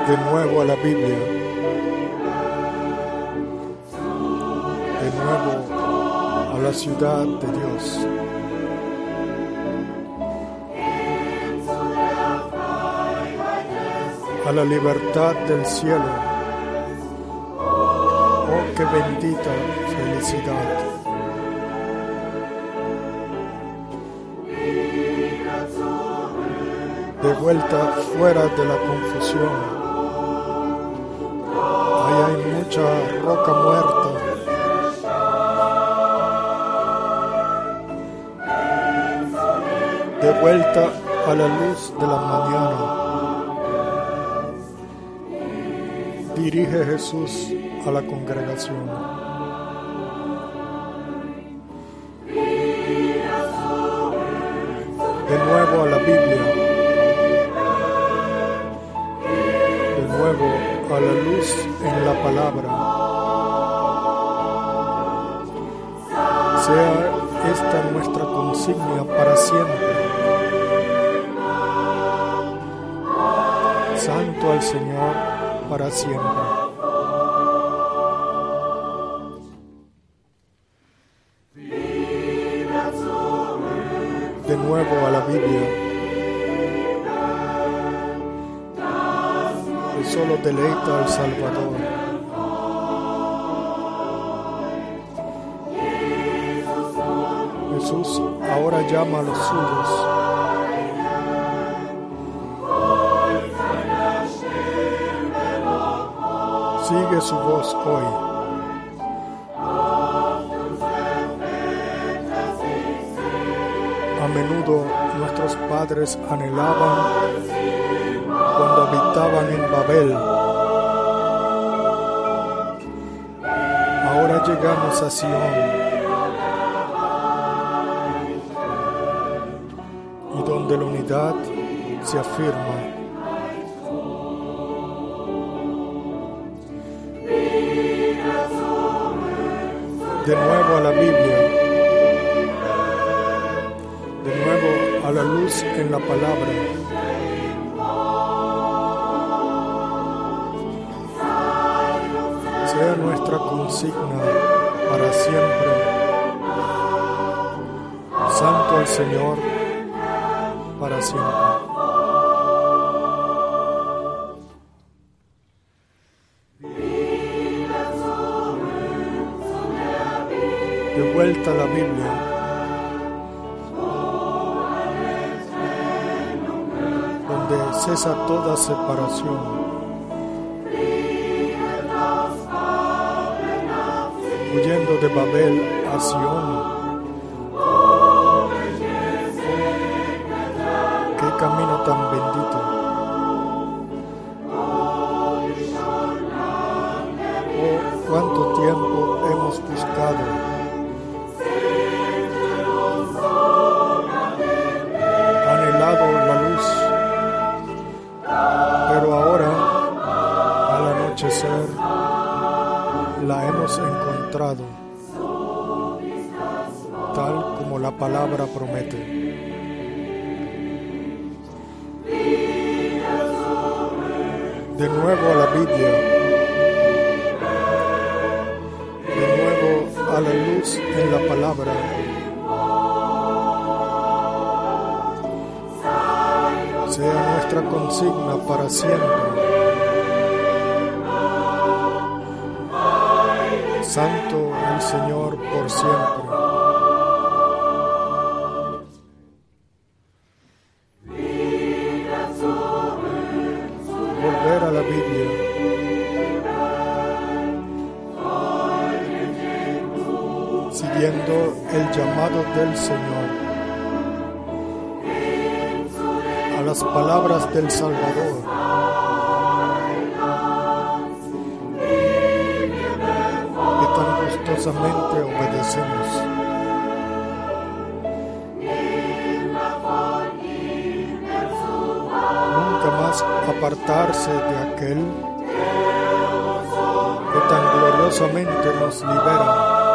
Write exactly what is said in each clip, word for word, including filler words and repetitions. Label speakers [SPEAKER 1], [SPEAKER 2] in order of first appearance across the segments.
[SPEAKER 1] de nuevo a la Biblia, de nuevo a la ciudad de Dios. A la libertad del cielo. Oh, qué bendita felicidad. De vuelta fuera de la confusión. Ahí hay mucha roca muerta. De vuelta a la luz de la mañana. Dirige Jesús a la congregación. De nuevo a la Biblia. De nuevo a la luz en la palabra. Sea esta nuestra consigna para siempre. Santo al Señor para siempre. De nuevo a la Biblia, que solo deleita al Salvador. Jesús ahora llama a los suyos. Sigue su voz hoy. A menudo nuestros padres anhelaban cuando habitaban en Babel. Ahora llegamos a Sion, y donde la unidad se afirma. De nuevo a la Biblia, de nuevo a la luz en la palabra. Sea nuestra consigna para siempre. Santo al Señor para siempre. De vuelta a la Biblia. Donde cesa toda separación. Huyendo de Babel a Sion. Qué camino tan bendito. Oh, cuánto tiempo hemos buscado. La luz, pero ahora al anochecer la hemos encontrado, tal como la palabra promete. De nuevo a la Biblia, de nuevo a la luz en la palabra. Sea nuestra consigna para siempre. Santo el Señor por siempre. Volver a la Biblia. Siguiendo el llamado del Señor. Las palabras del Salvador. Que tan gustosamente obedecemos. Nunca más apartarse de aquel que tan gloriosamente nos libera.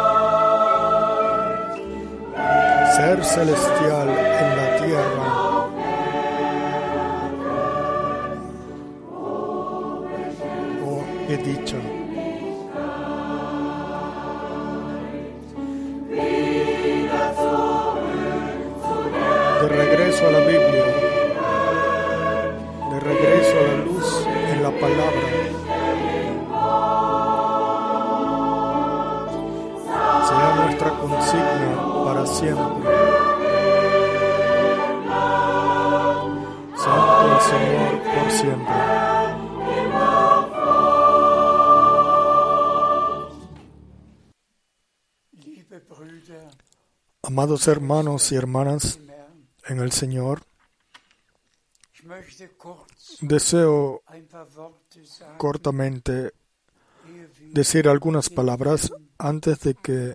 [SPEAKER 1] Ser celestial en la tierra. y dicha. De regreso a la Biblia, de regreso a la luz en la palabra. Sea nuestra consigna para siempre. Santo el Señor por siempre. Amados hermanos y hermanas en el Señor, deseo cortamente decir algunas palabras antes de que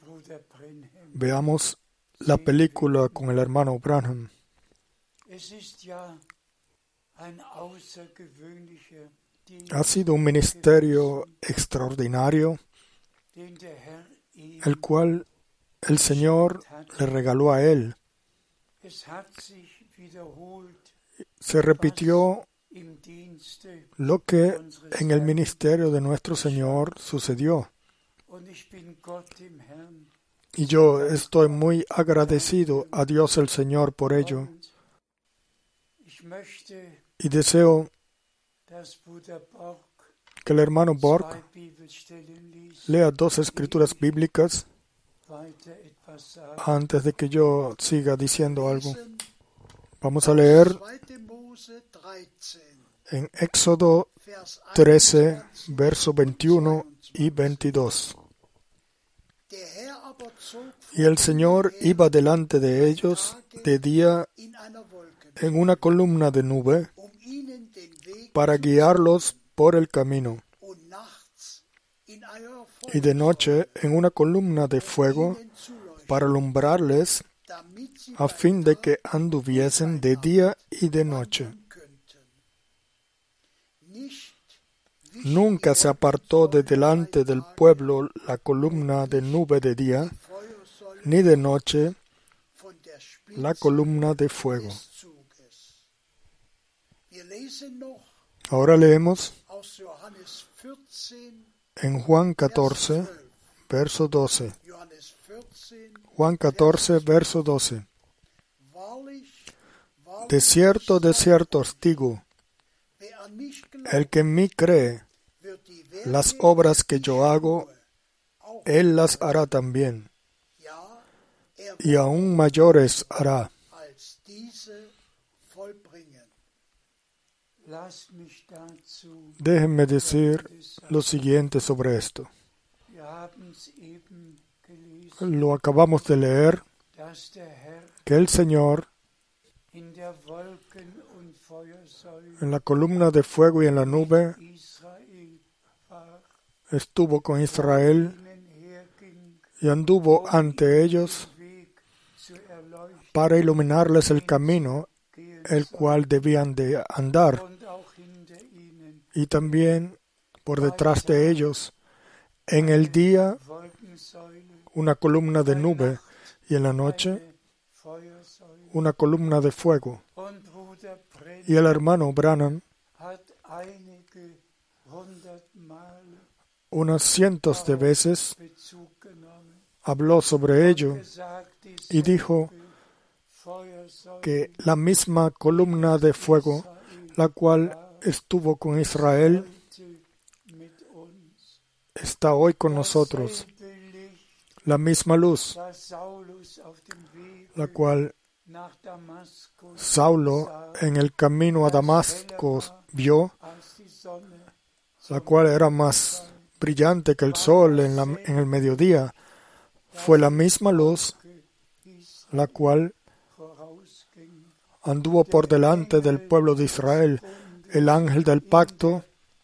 [SPEAKER 1] veamos la película con el hermano Branham. Ha sido un ministerio extraordinario, el cual el Señor le regaló a él. Se repitió lo que en el ministerio de nuestro Señor sucedió. Y yo estoy muy agradecido a Dios el Señor por ello. Y deseo que el hermano Borg lea dos escrituras bíblicas antes de que yo siga diciendo algo. Vamos a leer en Éxodo trece, verso veintiuno y veintidós. Y el Señor iba delante de ellos de día en una columna de nube para guiarlos por el camino, y de noche en una columna de fuego para alumbrarles, a fin de que anduviesen de día y de noche. Nunca se apartó de delante del pueblo la columna de nube de día, ni de noche la columna de fuego. Ahora leemos en Juan catorce, verso doce. Juan catorce, verso doce. De cierto, de cierto os digo, el que en mí cree, las obras que yo hago, él las hará también, y aún mayores hará. Déjenme decir lo siguiente sobre esto. Lo acabamos de leer, que el Señor en la columna de fuego y en la nube estuvo con Israel y anduvo ante ellos para iluminarles el camino el cual debían de andar, y también por detrás de ellos en el día una columna de nube y en la noche una columna de fuego. Y el hermano Branham unas cientos de veces habló sobre ello y dijo que la misma columna de fuego, la cual estuvo con Israel, está hoy con nosotros. La misma luz, la cual Saulo en el camino a Damasco vio, la cual era más brillante que el sol en, la, en el mediodía, fue la misma luz la cual anduvo por delante del pueblo de Israel, el ángel del pacto,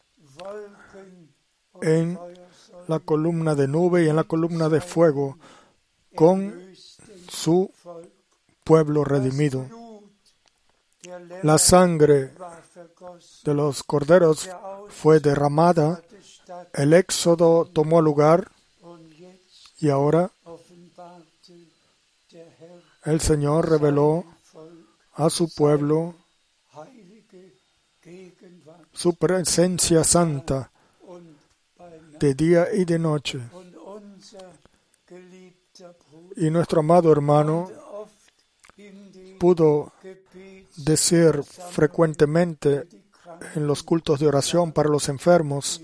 [SPEAKER 1] en la columna de nube y en la columna de fuego, con su pueblo redimido. La sangre de los corderos fue derramada, el éxodo tomó lugar, y ahora el Señor reveló a su pueblo su presencia santa de día y de noche. Y nuestro amado hermano pudo decir frecuentemente en los cultos de oración para los enfermos: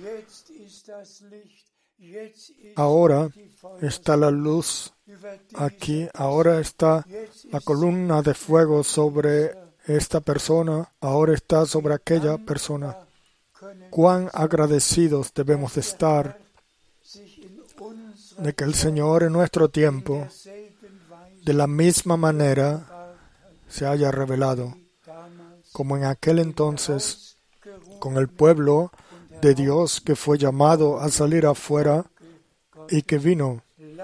[SPEAKER 1] ahora está la luz aquí, ahora está la columna de fuego sobre esta persona, ahora está sobre aquella persona. Cuán agradecidos debemos de estar de que el Señor en nuestro tiempo de la misma manera se haya revelado como en aquel entonces con el pueblo de Dios que fue llamado a salir afuera y que vino: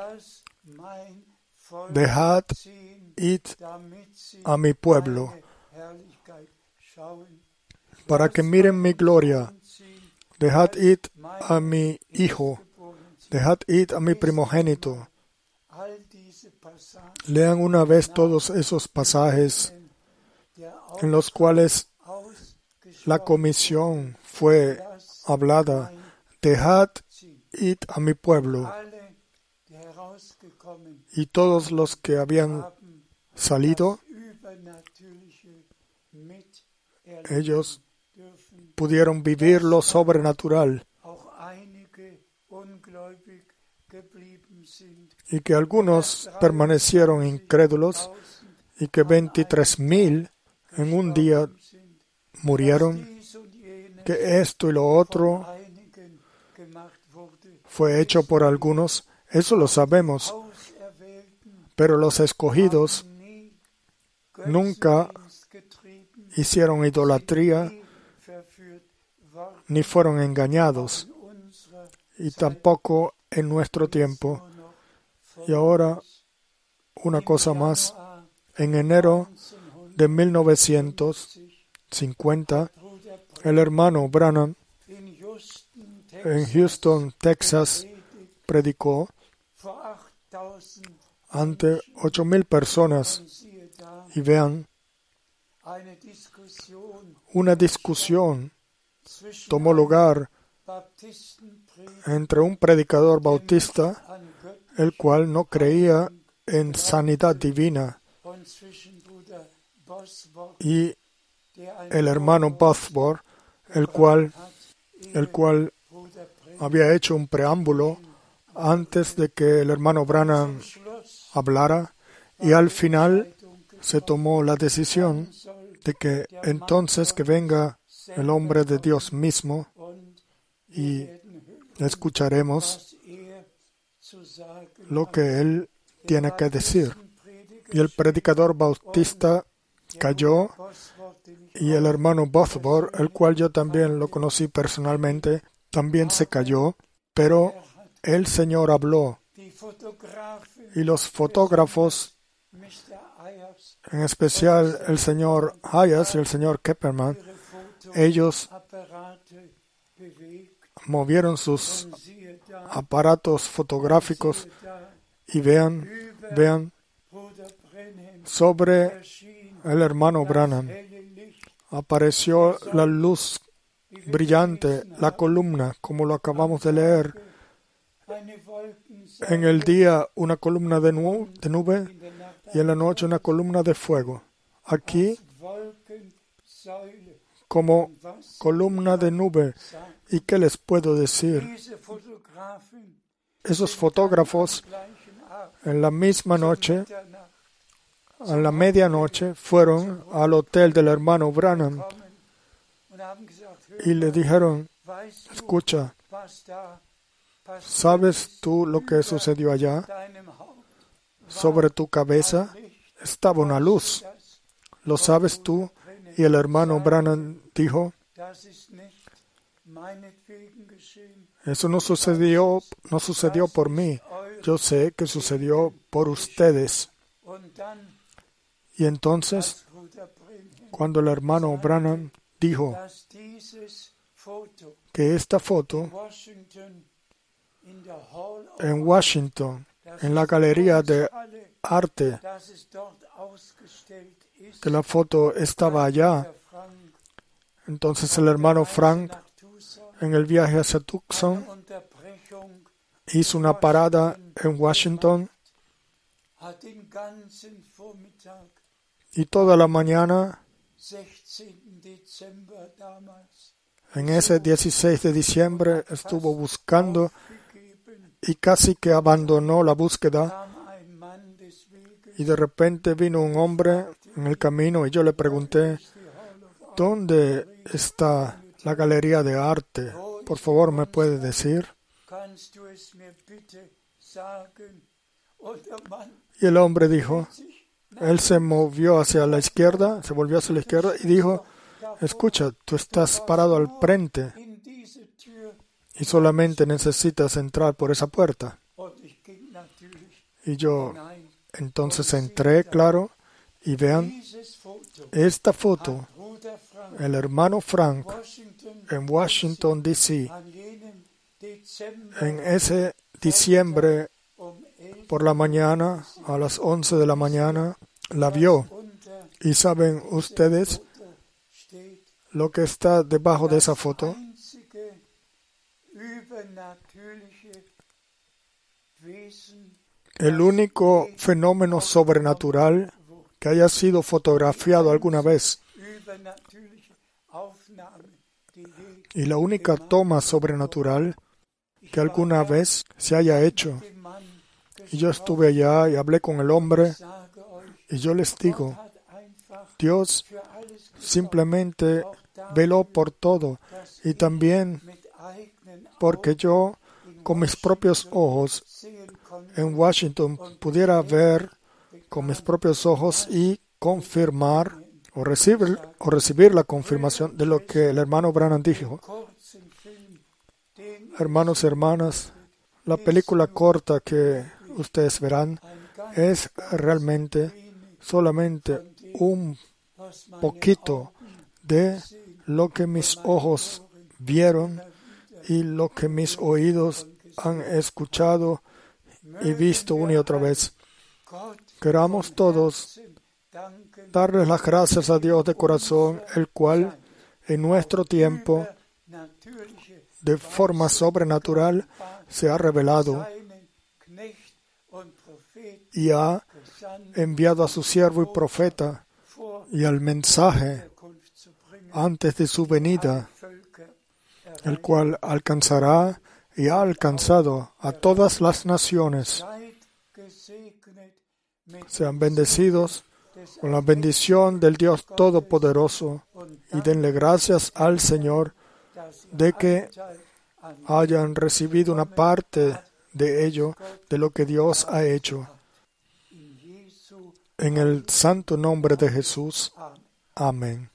[SPEAKER 1] dejad id a mi pueblo para que miren mi gloria, dejad id a mi hijo, dejad id a mi primogénito. Lean una vez todos esos pasajes en los cuales la comisión fue hablada: dejad id a mi pueblo. Y todos los que habían salido, ellos pudieron vivir lo sobrenatural. Y que algunos permanecieron incrédulos y que veintitrés mil en un día murieron, que esto y lo otro fue hecho por algunos, eso lo sabemos, pero los escogidos nunca hicieron idolatría ni fueron engañados, y tampoco en nuestro tiempo. Y ahora, una cosa más. En enero de mil novecientos cincuenta, el hermano Branham en Houston, Texas, predicó ante ocho mil personas. Y vean, una discusión tomó lugar entre un predicador bautista, el cual no creía en sanidad divina, y el hermano Bosworth, el cual, el cual había hecho un preámbulo antes de que el hermano Branham hablara, y al final se tomó la decisión de que entonces que venga el hombre de Dios mismo y escucharemos lo que él tiene que decir. Y el predicador bautista cayó, y el hermano Bosworth, el cual yo también lo conocí personalmente, también se cayó, pero el Señor habló. Y los fotógrafos, en especial el señor Hayes y el señor Kepperman, ellos movieron sus aparatos fotográficos y vean, vean, sobre el hermano Branham apareció la luz brillante, la columna, como lo acabamos de leer. En el día una columna de, nu- de nube y en la noche una columna de fuego. Aquí como columna de nube. ¿Y qué les puedo decir? Esos fotógrafos en la misma noche, a la medianoche, fueron al hotel del hermano Branham y le dijeron: escucha, ¿sabes tú lo que sucedió allá? Sobre tu cabeza estaba una luz. ¿Lo sabes tú? Y el hermano Branham dijo: eso no sucedió, no sucedió por mí. Yo sé que sucedió por ustedes. Y entonces, cuando el hermano Branham dijo que esta foto en Washington, en la galería de arte, que la foto estaba allá, entonces el hermano Frank, en el viaje hacia Tucson, hizo una parada en Washington y toda la mañana, en ese dieciséis de diciembre, estuvo buscando y casi que abandonó la búsqueda. Y de repente vino un hombre en el camino y yo le pregunté, ¿dónde está la galería de arte? Por favor, ¿me puede decir? Y el hombre dijo, él se movió hacia la izquierda, se volvió hacia la izquierda y dijo, escucha, tú estás parado al frente y solamente necesitas entrar por esa puerta. Y yo entonces entré, claro, y vean, esta foto, el hermano Frank en Washington, D C, en ese diciembre por la mañana, a las once de la mañana, la vio. Y saben ustedes lo que está debajo de esa foto. El único fenómeno sobrenatural que haya sido fotografiado alguna vez y la única toma sobrenatural que alguna vez se haya hecho. Y yo estuve allá y hablé con el hombre y yo les digo, Dios simplemente veló por todo y también porque yo con mis propios ojos en Washington pudiera ver con mis propios ojos y confirmar o recibir, o recibir la confirmación de lo que el hermano Branham dijo. Hermanos y hermanas, la película corta que ustedes verán es realmente solamente un poquito de lo que mis ojos vieron y lo que mis oídos han escuchado y visto una y otra vez. Queramos todos darles las gracias a Dios de corazón, el cual en nuestro tiempo, de forma sobrenatural, se ha revelado y ha enviado a su siervo y profeta y al mensaje antes de su venida, el cual alcanzará y ha alcanzado a todas las naciones. Sean bendecidos con la bendición del Dios Todopoderoso y denle gracias al Señor de que hayan recibido una parte de ello, de lo que Dios ha hecho. En el santo nombre de Jesús. Amén.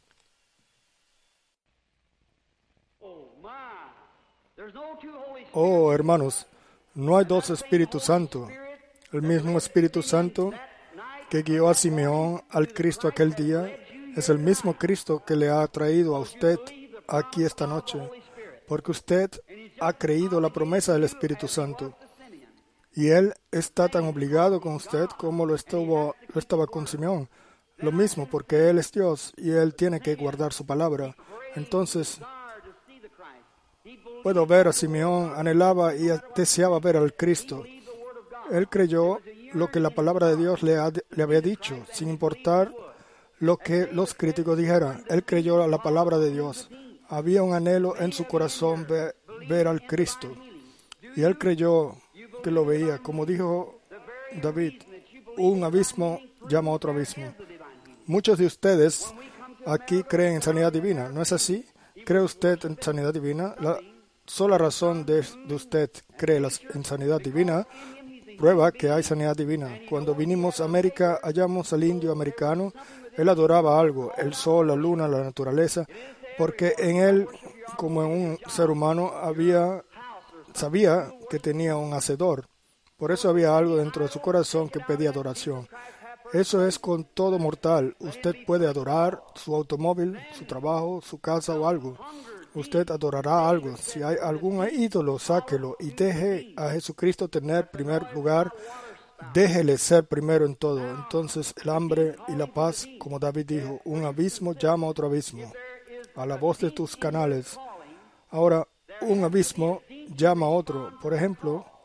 [SPEAKER 1] Oh, hermanos, no hay dos Espíritus Santos. El mismo Espíritu Santo que guió a Simeón al Cristo aquel día es el mismo Cristo que le ha traído a usted aquí esta noche, porque usted ha creído la promesa del Espíritu Santo. Y Él está tan obligado con usted como lo, estuvo, lo estaba con Simeón. Lo mismo, porque Él es Dios y Él tiene que guardar su palabra. Entonces, puedo ver a Simeón, anhelaba y deseaba ver al Cristo. Él creyó lo que la palabra de Dios le, ha, le había dicho, sin importar lo que los críticos dijeran. Él creyó la palabra de Dios. Había un anhelo en su corazón de ver al Cristo. Y él creyó que lo veía. Como dijo David, un abismo llama a otro abismo. Muchos de ustedes aquí creen en sanidad divina, ¿no es así? ¿Cree usted en sanidad divina? La sola razón de, de usted cree en sanidad divina prueba que hay sanidad divina. Cuando vinimos a América, hallamos al indio americano. Él adoraba algo, el sol, la luna, la naturaleza, porque en él, como en un ser humano, había, sabía que tenía un hacedor. Por eso había algo dentro de su corazón que pedía adoración. Eso es con todo mortal. Usted puede adorar su automóvil, su trabajo, su casa o algo. Usted adorará algo. Si hay algún ídolo, sáquelo y deje a Jesucristo tener primer lugar. Déjele ser primero en todo. Entonces el hambre y la paz, como David dijo, un abismo llama a otro abismo. A la voz de tus canales. Ahora, un abismo llama a otro. Por ejemplo,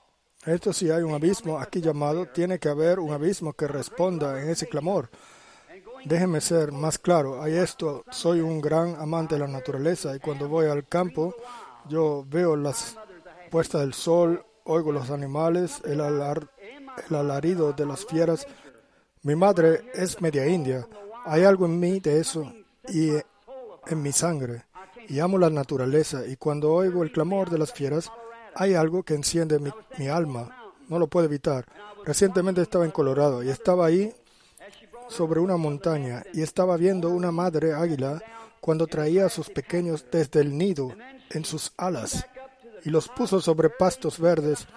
[SPEAKER 1] Esto si hay un abismo aquí llamado, tiene que haber un abismo que responda en ese clamor. Déjeme ser más claro. Hay esto, soy un gran amante de la naturaleza y cuando voy al campo, yo veo las puestas del sol, oigo los animales, el, alar, el alarido de las fieras. Mi madre es media india. Hay algo en mí de eso y en mi sangre. Y amo la naturaleza. Y cuando oigo el clamor de las fieras, hay algo que enciende mi, mi alma. No lo puedo evitar. Recientemente estaba en Colorado y estaba ahí sobre una montaña y estaba viendo una madre águila cuando traía a sus pequeños desde el nido en sus alas y los puso sobre pastos verdes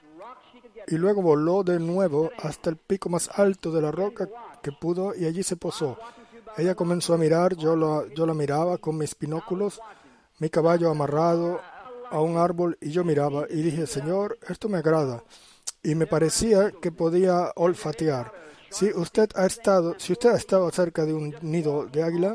[SPEAKER 1] y luego voló de nuevo hasta el pico más alto de la roca que pudo y allí se posó. Ella comenzó a mirar, yo la, yo la miraba con mis binóculos, mi caballo amarrado a un árbol y yo miraba y dije, Señor, esto me agrada. Y me parecía que podía olfatear. Si usted ha estado, si usted ha estado cerca de un nido de águila,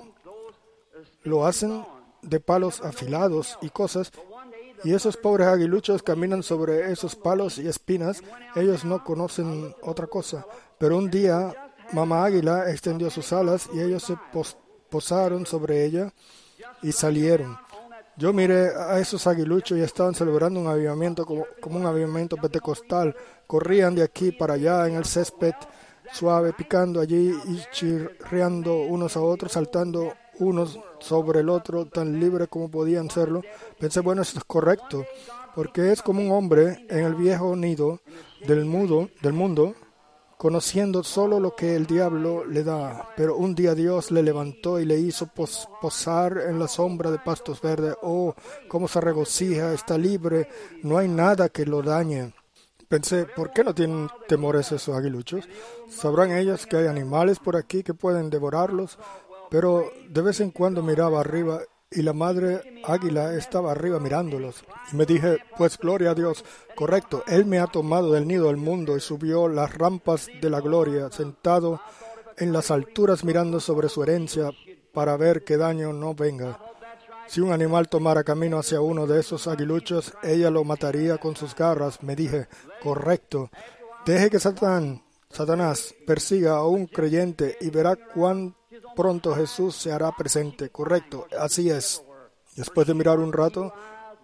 [SPEAKER 1] lo hacen de palos afilados y cosas, y esos pobres aguiluchos caminan sobre esos palos y espinas. Ellos no conocen otra cosa. Pero un día, mamá águila extendió sus alas y ellos se pos- posaron sobre ella y salieron. Yo miré a esos aguiluchos y estaban celebrando un avivamiento como, como un avivamiento pentecostal. Corrían de aquí para allá en el césped suave, picando allí y chirriando unos a otros, saltando unos sobre el otro, tan libres como podían serlo. Pensé, bueno, esto es correcto, porque es como un hombre en el viejo nido del, mudo, del mundo, conociendo solo lo que el diablo le da. Pero un día Dios le levantó y le hizo pos- posar en la sombra de pastos verdes. Oh, cómo se regocija, está libre, no hay nada que lo dañe. Pensé, ¿por qué no tienen temores esos aguiluchos? Sabrán ellos que hay animales por aquí que pueden devorarlos, pero de vez en cuando miraba arriba y la madre águila estaba arriba mirándolos. Y me dije, pues gloria a Dios, correcto, Él me ha tomado del nido del mundo y subió las rampas de la gloria, sentado en las alturas mirando sobre su herencia para ver qué daño no venga. Si un animal tomara camino hacia uno de esos aguiluchos, ella lo mataría con sus garras. Me dije, correcto, deje que Satán, Satanás persiga a un creyente y verá cuán pronto Jesús se hará presente. Correcto, así es. Después de mirar un rato,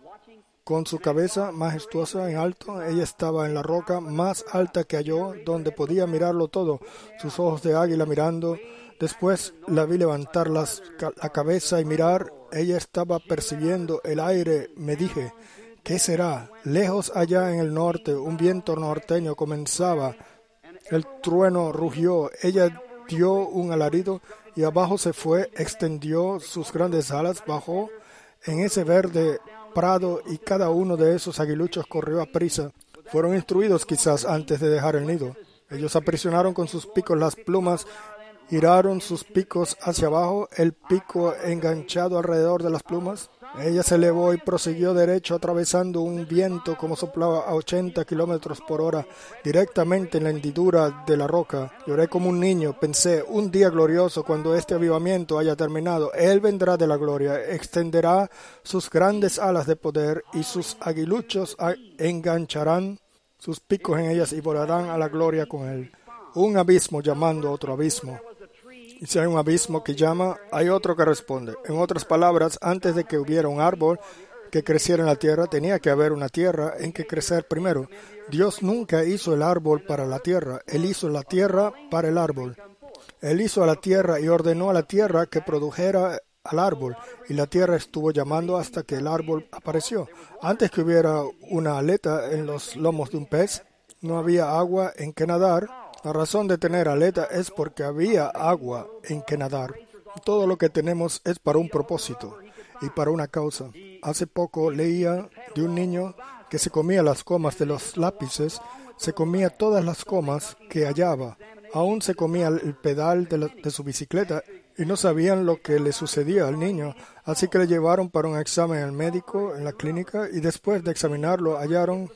[SPEAKER 1] con su cabeza majestuosa en alto, ella estaba en la roca más alta que halló, donde podía mirarlo todo, sus ojos de águila mirando. Después la vi levantar las, la cabeza y mirar. Ella estaba percibiendo el aire. Me dije, ¿qué será? Lejos allá en el norte, un viento norteño comenzaba. El trueno rugió. Ella dio un alarido y abajo se fue, extendió sus grandes alas, bajó en ese verde prado y cada uno de esos aguiluchos corrió a prisa. Fueron instruidos quizás antes de dejar el nido. Ellos aprisionaron con sus picos las plumas, giraron sus picos hacia abajo, el pico enganchado alrededor de las plumas. Ella se elevó y prosiguió derecho, atravesando un viento como soplaba a ochenta kilómetros por hora, directamente en la hendidura de la roca. Lloré como un niño. Pensé, un día glorioso, cuando este avivamiento haya terminado, Él vendrá de la gloria, extenderá sus grandes alas de poder y sus aguiluchos engancharán sus picos en ellas y volarán a la gloria con Él. Un abismo llamando a otro abismo. Y si hay un abismo que llama, hay otro que responde. En otras palabras, antes de que hubiera un árbol que creciera en la tierra, tenía que haber una tierra en que crecer primero. Dios nunca hizo el árbol para la tierra, Él hizo la tierra para el árbol. Él hizo a la tierra y ordenó a la tierra que produjera al árbol, y la tierra estuvo llamando hasta que el árbol apareció. Antes que hubiera una aleta en los lomos de un pez, no había agua en que nadar. La razón de tener aleta es porque había agua en que nadar. Todo lo que tenemos es para un propósito y para una causa. Hace poco leía de un niño que se comía las comas de los lápices, se comía todas las comas que hallaba. Aún se comía el pedal de, la, de su bicicleta y no sabían lo que le sucedía al niño. Así que le llevaron para un examen al médico en la clínica y después de examinarlo hallaron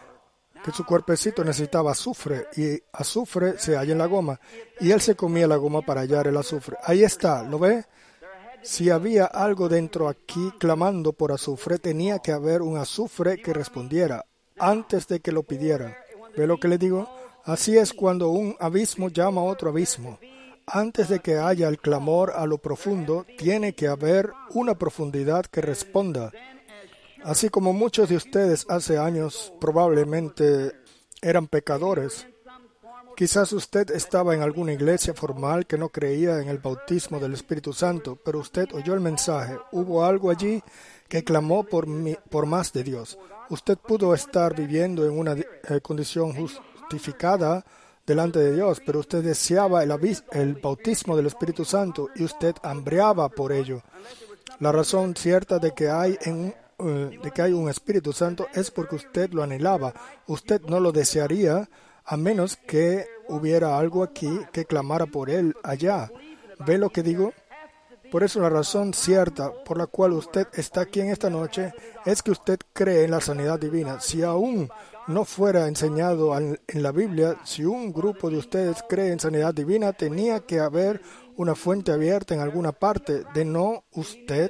[SPEAKER 1] que su cuerpecito necesitaba azufre y azufre se halla en la goma y él se comía la goma para hallar el azufre. Ahí está, ¿lo ve? Si había algo dentro aquí clamando por azufre, tenía que haber un azufre que respondiera. antes de que lo pidiera. ¿Ve lo que le digo? Así es cuando un abismo llama a otro abismo. Antes de que haya el clamor a lo profundo, tiene que haber una profundidad que responda. Así como muchos de ustedes hace años probablemente eran pecadores. Quizás usted estaba en alguna iglesia formal que no creía en el bautismo del Espíritu Santo, pero usted oyó el mensaje. Hubo algo allí que clamó por, mi, por más de Dios. Usted pudo estar viviendo en una eh, condición justificada delante de Dios, pero usted deseaba el, el bautismo del Espíritu Santo y usted hambreaba por ello. La razón cierta de que hay en uh, de que hay un Espíritu Santo es porque usted lo anhelaba. Usted no lo desearía a menos que hubiera algo aquí que clamara por él allá. ¿Ve lo que digo? Por eso la razón cierta por la cual usted está aquí en esta noche es que usted cree en la sanidad divina. Si aún no fuera enseñado en la Biblia, si un grupo de ustedes cree en sanidad divina, tenía que haber una fuente abierta en alguna parte. De no, usted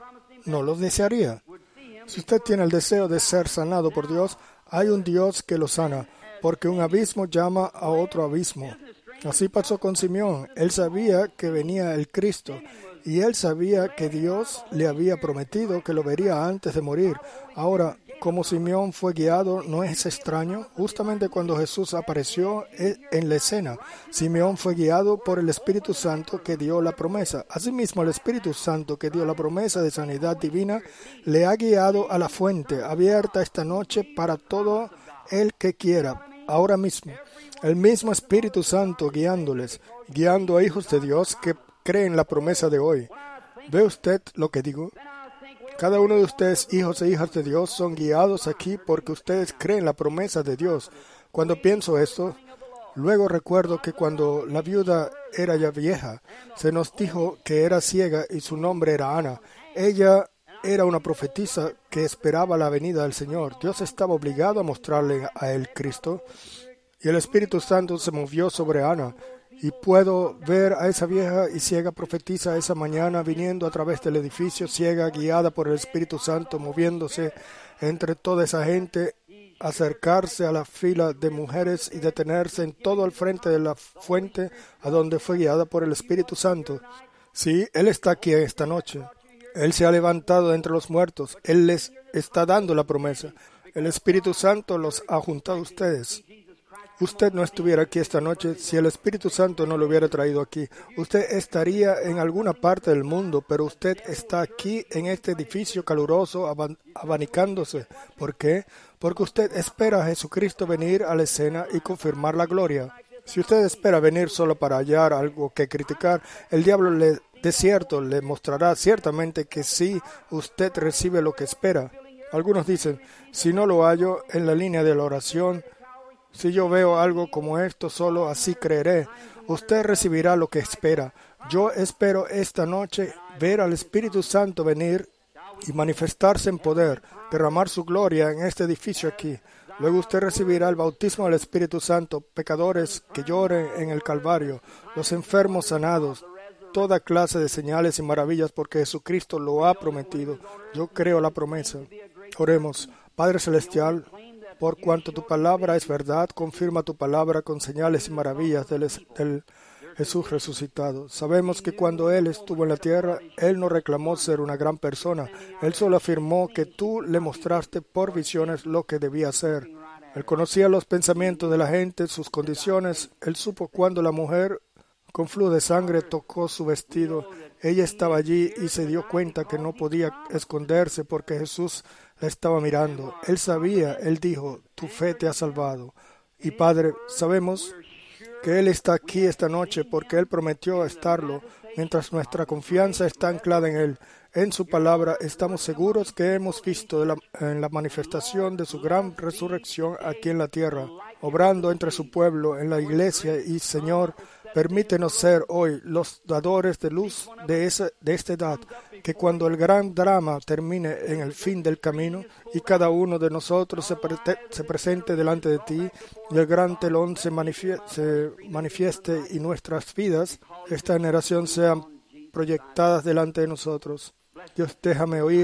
[SPEAKER 1] no lo desearía. Si usted tiene el deseo de ser sanado por Dios, hay un Dios que lo sana, porque un abismo llama a otro abismo. Así pasó con Simeón. Él sabía que venía el Cristo y él sabía que Dios le había prometido que lo vería antes de morir. Ahora, como Simeón fue guiado, ¿no es extraño? Justamente cuando Jesús apareció en la escena, Simeón fue guiado por el Espíritu Santo que dio la promesa. Asimismo, el Espíritu Santo que dio la promesa de sanidad divina le ha guiado a la fuente abierta esta noche para todo el que quiera, ahora mismo. El mismo Espíritu Santo guiándoles, guiando a hijos de Dios que creen la promesa de hoy. ¿Ve usted lo que digo? Cada uno de ustedes, hijos e hijas de Dios, son guiados aquí porque ustedes creen la promesa de Dios. Cuando pienso esto, luego recuerdo que cuando la viuda era ya vieja, se nos dijo que era ciega y su nombre era Ana. Ella era una profetisa que esperaba la venida del Señor. Dios estaba obligado a mostrarle a él Cristo. Y el Espíritu Santo se movió sobre Ana. Y puedo ver a esa vieja y ciega profetisa esa mañana viniendo a través del edificio, ciega, guiada por el Espíritu Santo, moviéndose entre toda esa gente, acercarse a la fila de mujeres y detenerse en todo al frente de la fuente a donde fue guiada por el Espíritu Santo. Sí, Él está aquí esta noche. Él se ha levantado de entre los muertos. Él les está dando la promesa. El Espíritu Santo los ha juntado a ustedes. Usted no estuviera aquí esta noche si el Espíritu Santo no lo hubiera traído aquí. Usted estaría en alguna parte del mundo, pero usted está aquí en este edificio caluroso, aban- abanicándose. ¿Por qué? Porque usted espera a Jesucristo venir a la escena y confirmar la gloria. Si usted espera venir solo para hallar algo que criticar, el diablo le, de cierto le mostrará ciertamente que sí, usted recibe lo que espera. Algunos dicen, si no lo hallo en la línea de la oración, si yo veo algo como esto, solo así creeré. Usted recibirá lo que espera. Yo espero esta noche ver al Espíritu Santo venir y manifestarse en poder, derramar su gloria en este edificio aquí. Luego usted recibirá el bautismo del Espíritu Santo, pecadores que lloren en el Calvario, los enfermos sanados, toda clase de señales y maravillas porque Jesucristo lo ha prometido. Yo creo la promesa. Oremos. Padre Celestial, por cuanto tu palabra es verdad, confirma tu palabra con señales y maravillas del, del Jesús resucitado. Sabemos que cuando Él estuvo en la tierra, Él no reclamó ser una gran persona. Él solo afirmó que tú le mostraste por visiones lo que debía hacer. Él conocía los pensamientos de la gente, sus condiciones. Él supo cuando la mujer con flujo de sangre tocó su vestido. Ella estaba allí y se dio cuenta que no podía esconderse porque Jesús la estaba mirando. Él sabía, Él dijo, tu fe te ha salvado. Y Padre, sabemos que Él está aquí esta noche porque Él prometió estarlo. Mientras nuestra confianza está anclada en Él, en su palabra, estamos seguros que hemos visto de la, en la manifestación de su gran resurrección aquí en la tierra, obrando entre su pueblo, en la iglesia. Y Señor, permítenos ser hoy los dadores de luz de, esa, de esta edad, que cuando el gran drama termine en el fin del camino y cada uno de nosotros se, pre se presente delante de ti y el gran telón se, manifie se manifieste y nuestras vidas, esta generación sean proyectadas delante de nosotros. Dios, déjame oír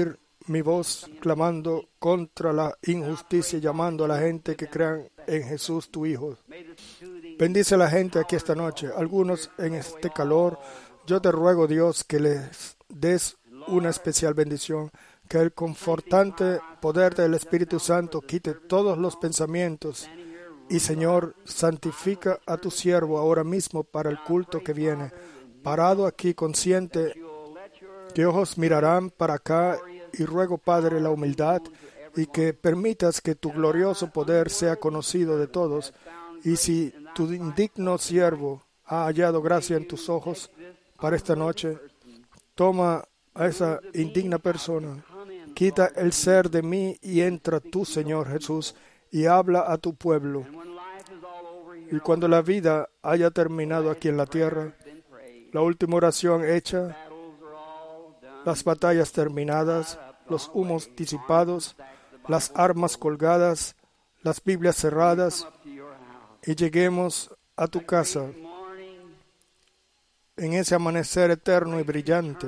[SPEAKER 1] mi voz clamando contra la injusticia, llamando a la gente que crean en Jesús, tu Hijo. Bendice a la gente aquí esta noche, algunos en este calor. Yo te ruego, Dios, que les des una especial bendición, que el confortante poder del Espíritu Santo quite todos los pensamientos. Y, Señor, santifica a tu siervo ahora mismo para el culto que viene. Parado aquí consciente, que ojos mirarán para acá, y ruego, Padre, la humildad y que permitas que tu glorioso poder sea conocido de todos. Y si tu indigno siervo ha hallado gracia en tus ojos para esta noche, toma a esa indigna persona, quita el ser de mí y entra tú, Señor Jesús, y habla a tu pueblo. Y cuando la vida haya terminado aquí en la tierra, la última oración hecha, las batallas terminadas, los humos disipados, las armas colgadas, las Biblias cerradas, y lleguemos a tu casa en ese amanecer eterno y brillante,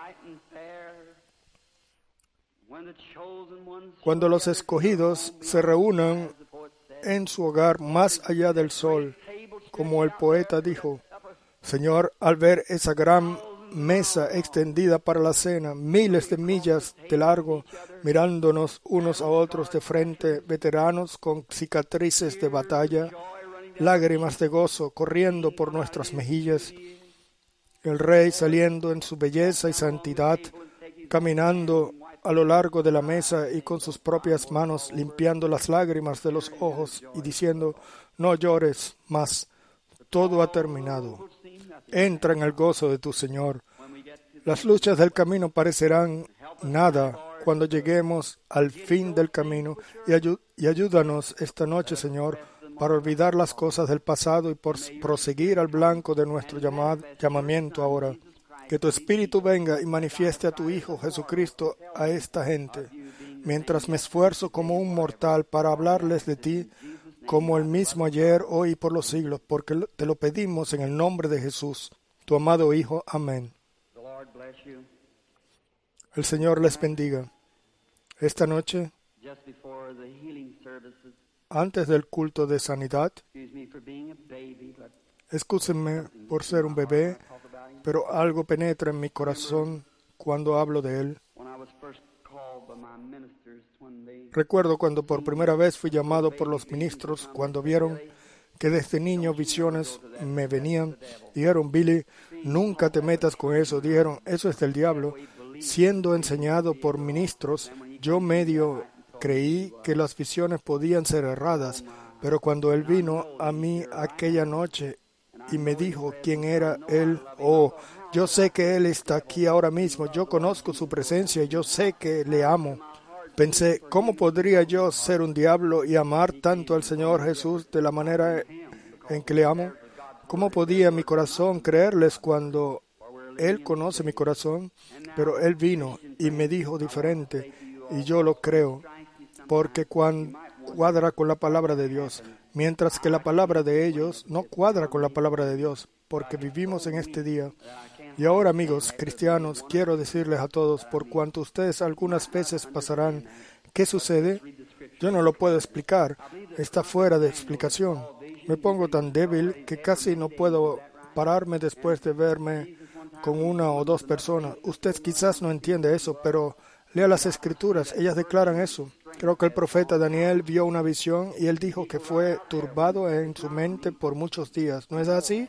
[SPEAKER 1] cuando los escogidos se reúnan en su hogar más allá del sol, como el poeta dijo. Señor, al ver esa gran mesa extendida para la cena, miles de millas de largo, mirándonos unos a otros de frente, veteranos con cicatrices de batalla, lágrimas de gozo corriendo por nuestras mejillas, el Rey saliendo en su belleza y santidad, caminando a lo largo de la mesa y con sus propias manos limpiando las lágrimas de los ojos y diciendo, no llores más, todo ha terminado. Entra en el gozo de tu Señor. Las luchas del camino parecerán nada cuando lleguemos al fin del camino y, ayu- y ayúdanos esta noche, Señor, para olvidar las cosas del pasado y por proseguir al blanco de nuestro llamad- llamamiento ahora. Que tu Espíritu venga y manifieste a tu Hijo Jesucristo a esta gente, mientras me esfuerzo como un mortal para hablarles de ti, como el mismo ayer, hoy y por los siglos, porque te lo pedimos en el nombre de Jesús, tu amado Hijo. Amén. El Señor les bendiga. Esta noche, antes del culto de sanidad, excúsenme por ser un bebé, pero algo penetra en mi corazón cuando hablo de él. Recuerdo cuando por primera vez fui llamado por los ministros, cuando vieron que desde niño visiones me venían. Dijeron, Billy, nunca te metas con eso. Dijeron, eso es del diablo. Siendo enseñado por ministros, yo medio creí que las visiones podían ser erradas, pero cuando él vino a mí aquella noche y me dijo quién era él, oh, yo sé que él está aquí ahora mismo, yo conozco su presencia y yo sé que le amo. Pensé, ¿cómo podría yo ser un diablo y amar tanto al Señor Jesús de la manera en que le amo? ¿Cómo podía mi corazón creerles cuando Él conoce mi corazón? Pero Él vino y me dijo diferente, y yo lo creo, porque cuando cuadra con la palabra de Dios, mientras que la palabra de ellos no cuadra con la palabra de Dios, porque vivimos en este día. Y ahora, amigos cristianos, quiero decirles a todos, por cuanto ustedes algunas veces pasarán, ¿qué sucede? Yo no lo puedo explicar, está fuera de explicación. Me pongo tan débil que casi no puedo pararme después de verme con una o dos personas. Usted quizás no entiende eso, pero lea las Escrituras, ellas declaran eso. Creo que el profeta Daniel vio una visión y él dijo que fue turbado en su mente por muchos días. ¿No es así?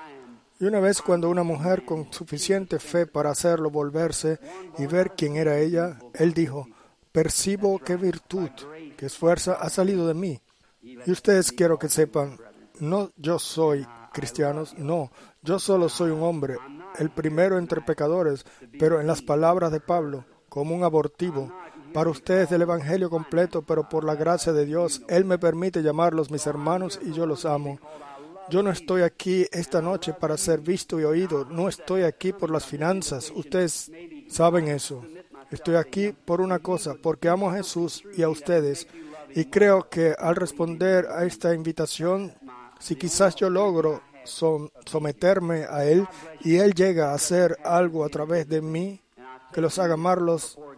[SPEAKER 1] Y una vez cuando una mujer con suficiente fe para hacerlo volverse y ver quién era ella, él dijo, percibo qué virtud, qué esfuerzo ha salido de mí. Y ustedes quiero que sepan, no yo soy cristianos, no, yo solo soy un hombre, el primero entre pecadores, pero en las palabras de Pablo, como un abortivo, para ustedes del Evangelio completo, pero por la gracia de Dios, Él me permite llamarlos mis hermanos y yo los amo. Yo no estoy aquí esta noche para ser visto y oído. No estoy aquí por las finanzas. Ustedes saben eso. Estoy aquí por una cosa, porque amo a Jesús y a ustedes. Y creo que al responder a esta invitación, si quizás yo logro som- someterme a Él y Él llega a hacer algo a través de mí, que los haga amarlos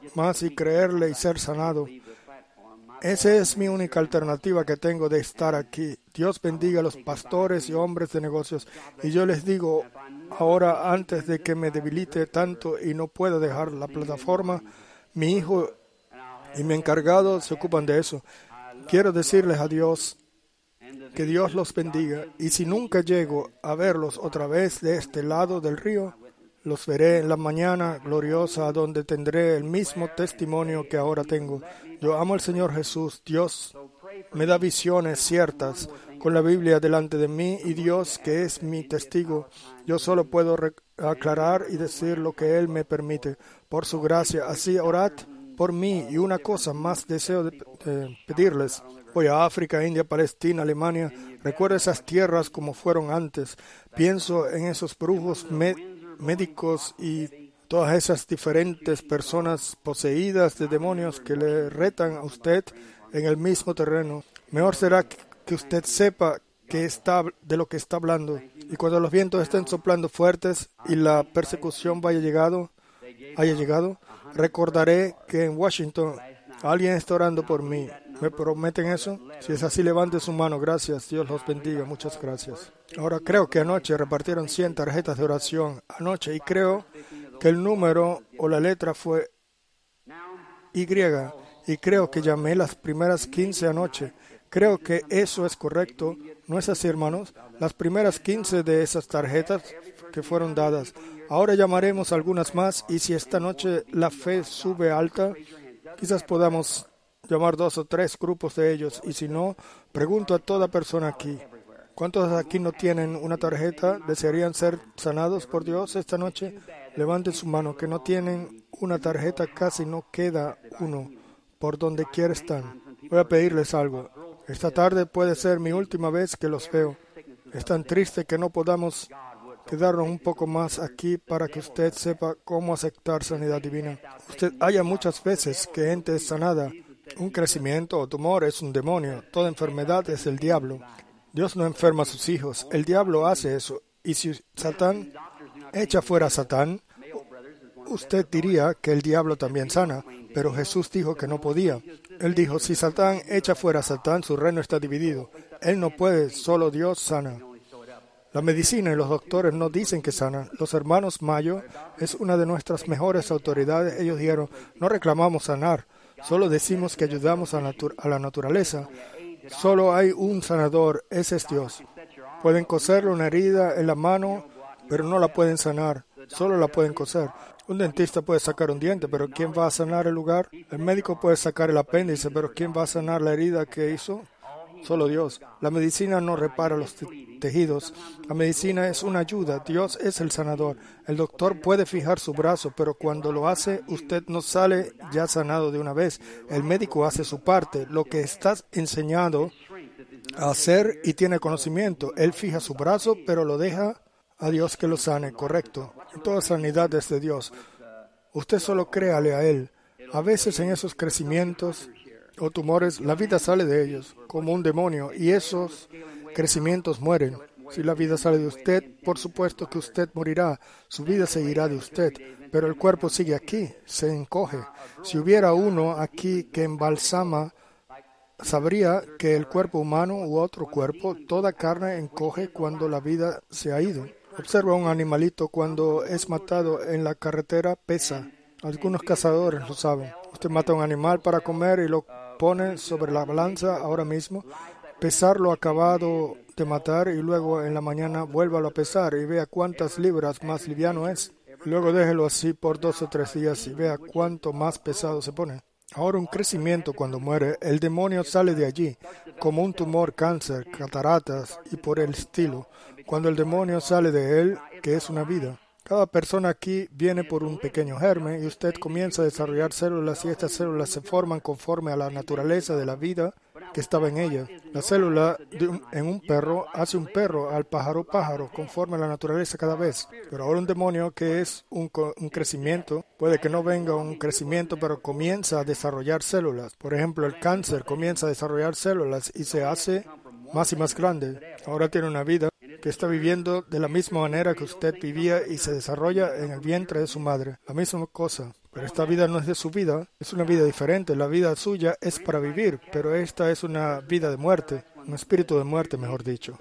[SPEAKER 1] más y creerle y ser sanado. Esa es mi única alternativa que tengo de estar aquí. Dios bendiga a los pastores y hombres de negocios. Y yo les digo ahora, antes de que me debilite tanto y no pueda dejar la plataforma, mi hijo y mi encargado se ocupan de eso. Quiero decirles a Dios que Dios los bendiga. Y si nunca llego a verlos otra vez de este lado del río, los veré en la mañana gloriosa, donde tendré el mismo testimonio que ahora tengo. Yo amo al Señor Jesús. Dios me da visiones ciertas con la Biblia delante de mí y Dios, que es mi testigo. Yo solo puedo aclarar y decir lo que Él me permite. Por su gracia, así orad por mí. Y una cosa más deseo de, de pedirles. Voy a África, India, Palestina, Alemania. Recuerdo esas tierras como fueron antes. Pienso en esos brujos me- médicos y todas esas diferentes personas poseídas de demonios que le retan a usted en el mismo terreno. Mejor será que usted sepa que está de lo que está hablando. Y cuando los vientos estén soplando fuertes y la persecución vaya llegado, haya llegado, recordaré que en Washington alguien está orando por mí. ¿Me prometen eso? Si es así, levante su mano. Gracias. Dios los bendiga. Muchas gracias. Ahora, creo que anoche repartieron cien tarjetas de oración. Anoche. Y creo que el número o la letra fue Y. Y creo que llamé las primeras quince anoche. Creo que eso es correcto. ¿No es así, hermanos? Las primeras quince de esas tarjetas que fueron dadas. Ahora llamaremos algunas más. Y si esta noche la fe sube alta, quizás podamos llamar dos o tres grupos de ellos. Y si no, pregunto a toda persona aquí. ¿Cuántos aquí no tienen una tarjeta? ¿Desearían ser sanados por Dios esta noche? Levanten su mano. Que no tienen una tarjeta, casi no queda uno. Por donde quiera están. Voy a pedirles algo. Esta tarde puede ser mi última vez que los veo. Es tan triste que no podamos quedarnos un poco más aquí para que usted sepa cómo aceptar sanidad divina. Usted haya muchas veces que gente es sanada. Un crecimiento o tumor es un demonio. Toda enfermedad es el diablo. Dios no enferma a sus hijos. El diablo hace eso. Y si Satán echa fuera a Satán, usted diría que el diablo también sana. Pero Jesús dijo que no podía. Él dijo, si Satán echa fuera a Satán, su reino está dividido. Él no puede, solo Dios sana. La medicina y los doctores no dicen que sanan. Los hermanos Mayo es una de nuestras mejores autoridades. Ellos dijeron, no reclamamos sanar. Solo decimos que ayudamos a, natu- a la naturaleza. Solo hay un sanador, ese es Dios. Pueden coserle una herida en la mano, pero no la pueden sanar. Solo la pueden coser. Un dentista puede sacar un diente, pero ¿quién va a sanar el lugar? El médico puede sacar el apéndice, pero ¿quién va a sanar la herida que hizo? Solo Dios. La medicina no repara los te- tejidos. La medicina es una ayuda. Dios es el sanador. El doctor puede fijar su brazo, pero cuando lo hace, usted no sale ya sanado de una vez. El médico hace su parte, lo que estás enseñado a hacer y tiene conocimiento. Él fija su brazo, pero lo deja a Dios que lo sane. Correcto. Toda sanidad es de Dios. Usted solo créale a Él. A veces en esos crecimientos o tumores, la vida sale de ellos, como un demonio, y esos crecimientos mueren. Si la vida sale de usted, por supuesto que usted morirá, su vida seguirá de usted, pero el cuerpo sigue aquí, se encoge. Si hubiera uno aquí que embalsama, sabría que el cuerpo humano u otro cuerpo, toda carne encoge cuando la vida se ha ido. Observa un animalito cuando es matado en la carretera, pesa. Algunos cazadores lo saben. Usted mata a un animal para comer y lo pone sobre la balanza ahora mismo. Pesarlo acabado de matar y luego en la mañana vuélvalo a pesar y vea cuántas libras más liviano es. Luego déjelo así por dos o tres días y vea cuánto más pesado se pone. Ahora un crecimiento cuando muere, el demonio sale de allí, como un tumor, cáncer, cataratas y por el estilo. Cuando el demonio sale de él, que es una vida. Cada persona aquí viene por un pequeño germen y usted comienza a desarrollar células y estas células se forman conforme a la naturaleza de la vida que estaba en ella. La célula de un, en un perro hace un perro, al pájaro pájaro, conforme a la naturaleza cada vez. Pero ahora un demonio que es un, un crecimiento, puede que no venga un crecimiento, pero comienza a desarrollar células. Por ejemplo, el cáncer comienza a desarrollar células y se hace más y más grande. Ahora tiene una vida que está viviendo de la misma manera que usted vivía y se desarrolla en el vientre de su madre. La misma cosa. Pero esta vida no es de su vida, es una vida diferente. La vida suya es para vivir, pero esta es una vida de muerte, un espíritu de muerte, mejor dicho.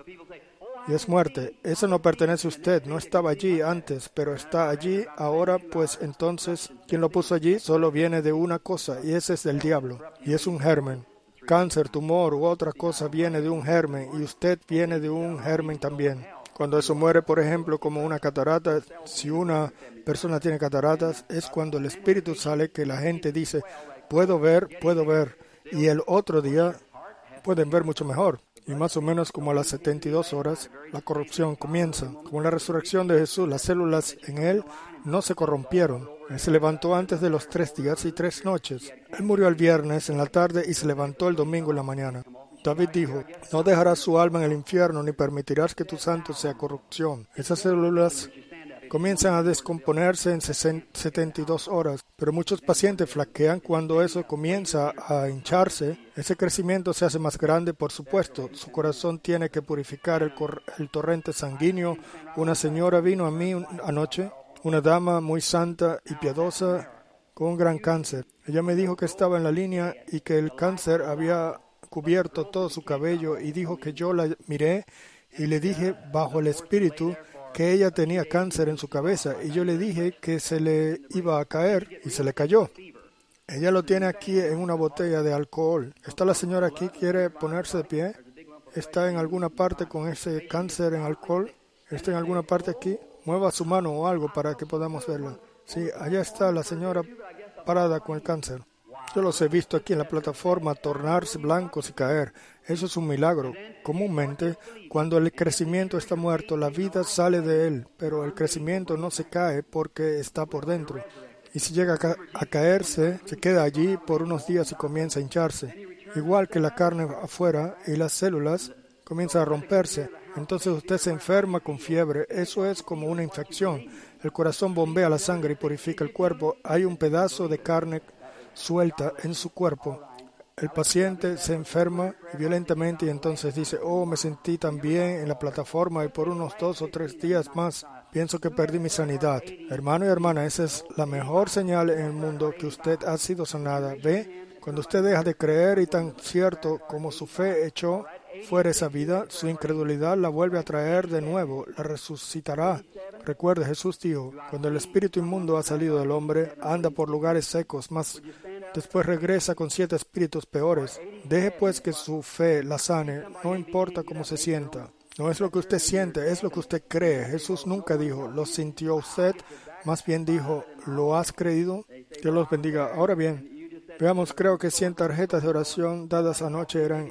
[SPEAKER 1] Y es muerte. Eso no pertenece a usted, no estaba allí antes, pero está allí ahora, pues entonces, quien lo puso allí solo viene de una cosa, y ese es del diablo, y es un germen. Cáncer, tumor u otra cosa viene de un germen, y usted viene de un germen también. Cuando eso muere, por ejemplo, como una catarata, si una persona tiene cataratas, es cuando el espíritu sale que la gente dice, puedo ver, puedo ver, y el otro día pueden ver mucho mejor. Y más o menos como a las setenta y dos horas, la corrupción comienza. Como la resurrección de Jesús, las células en él no se corrompieron. Él se levantó antes de los tres días y tres noches. Él murió el viernes en la tarde y se levantó el domingo en la mañana. David dijo, no dejarás su alma en el infierno ni permitirás que tu santo sea corrupción. Esas células comienzan a descomponerse en setenta y dos horas, pero muchos pacientes flaquean cuando eso comienza a hincharse. Ese crecimiento se hace más grande, por supuesto. Su corazón tiene que purificar el, cor- el torrente sanguíneo. Una señora vino a mí un- anoche, una dama muy santa y piadosa con un gran cáncer. Ella me dijo que estaba en la línea y que el cáncer había cubierto todo su cabello y dijo que yo la miré y le dije bajo el espíritu que ella tenía cáncer en su cabeza y yo le dije que se le iba a caer y se le cayó. Ella lo tiene aquí en una botella de alcohol. ¿Está la señora aquí? ¿Quiere ponerse de pie? ¿Está en alguna parte con ese cáncer en alcohol? ¿Está en alguna parte aquí? Mueva su mano o algo para que podamos verla. Sí, allá está la señora parada con el cáncer. Yo los he visto aquí en la plataforma tornarse blancos y caer. Eso es un milagro. Comúnmente, cuando el crecimiento está muerto, la vida sale de él, pero el crecimiento no se cae porque está por dentro. Y si llega a, ca- a caerse, se queda allí por unos días y comienza a hincharse. Igual que la carne afuera y las células comienzan a romperse. Entonces usted se enferma con fiebre. Eso es como una infección. El corazón bombea la sangre y purifica el cuerpo. Hay un pedazo de carne suelta en su cuerpo. El paciente se enferma violentamente y entonces dice, oh, me sentí tan bien en la plataforma y por unos dos o tres días más pienso que perdí mi sanidad. Hermano y hermana, esa es la mejor señal en el mundo que usted ha sido sanada. ¿Ve? Cuando usted deja de creer y tan cierto como su fe echó fuera esa vida, su incredulidad la vuelve a traer de nuevo, la resucitará. Recuerde, Jesús dijo, cuando el espíritu inmundo ha salido del hombre, anda por lugares secos, mas después regresa con siete espíritus peores. Deje pues que su fe la sane, no importa cómo se sienta. No es lo que usted siente, es lo que usted cree. Jesús nunca dijo, lo sintió usted, más bien dijo, ¿lo has creído? Dios los bendiga. Ahora bien, veamos, creo que cien tarjetas de oración dadas anoche eran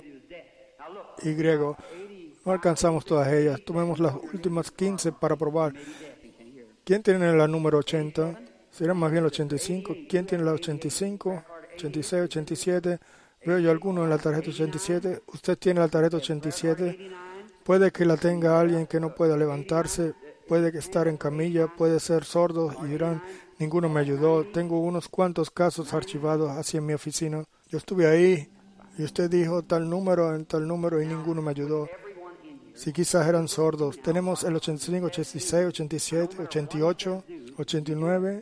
[SPEAKER 1] y griego. No alcanzamos todas ellas. Tomemos las últimas quince para probar. ¿Quién tiene la número ochenta? Será más bien la ochenta y cinco. ¿Quién tiene la ochenta y cinco? ochenta y seis, ochenta y siete. Veo yo alguno en la tarjeta ochenta y siete. ¿Usted tiene la tarjeta ochenta y siete? Puede que la tenga alguien que no pueda levantarse. Puede que estar en camilla. Puede ser sordo y dirán, ninguno me ayudó. Tengo unos cuantos casos archivados así en mi oficina. Yo estuve ahí y usted dijo tal número en tal número y ninguno me ayudó. Si quizás eran sordos. Tenemos el ochenta y cinco, ochenta y seis, ochenta y siete, ochenta y ocho, ochenta y nueve,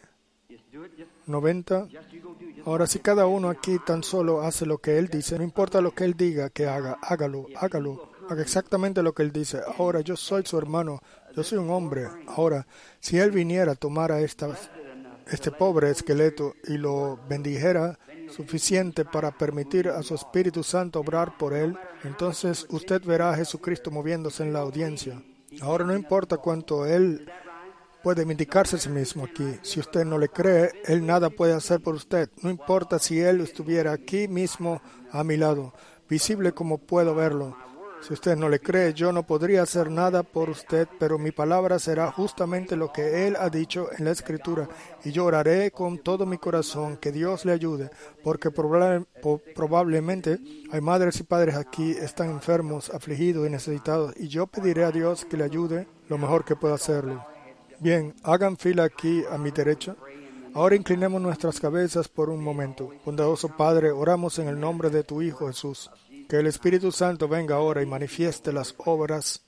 [SPEAKER 1] noventa. Ahora, si cada uno aquí tan solo hace lo que él dice, no importa lo que él diga que haga, hágalo, hágalo. Haga exactamente lo que él dice. Ahora, yo soy su hermano, yo soy un hombre. Ahora, si él viniera a tomar a esta, este pobre esqueleto y lo bendijera, suficiente para permitir a su Espíritu Santo obrar por él, entonces usted verá a Jesucristo moviéndose en la audiencia. Ahora no importa cuánto él puede indicarse a sí mismo aquí. Si usted no le cree, él nada puede hacer por usted. No importa si él estuviera aquí mismo a mi lado, visible como puedo verlo. Si usted no le cree, yo no podría hacer nada por usted, pero mi palabra será justamente lo que Él ha dicho en la Escritura, y yo oraré con todo mi corazón que Dios le ayude, porque probable, po, probablemente hay madres y padres aquí, están enfermos, afligidos y necesitados, y yo pediré a Dios que le ayude lo mejor que pueda hacerlo. Bien, hagan fila aquí a mi derecha. Ahora inclinemos nuestras cabezas por un momento. Bondadoso Padre, oramos en el nombre de tu Hijo Jesús. Que el Espíritu Santo venga ahora y manifieste las obras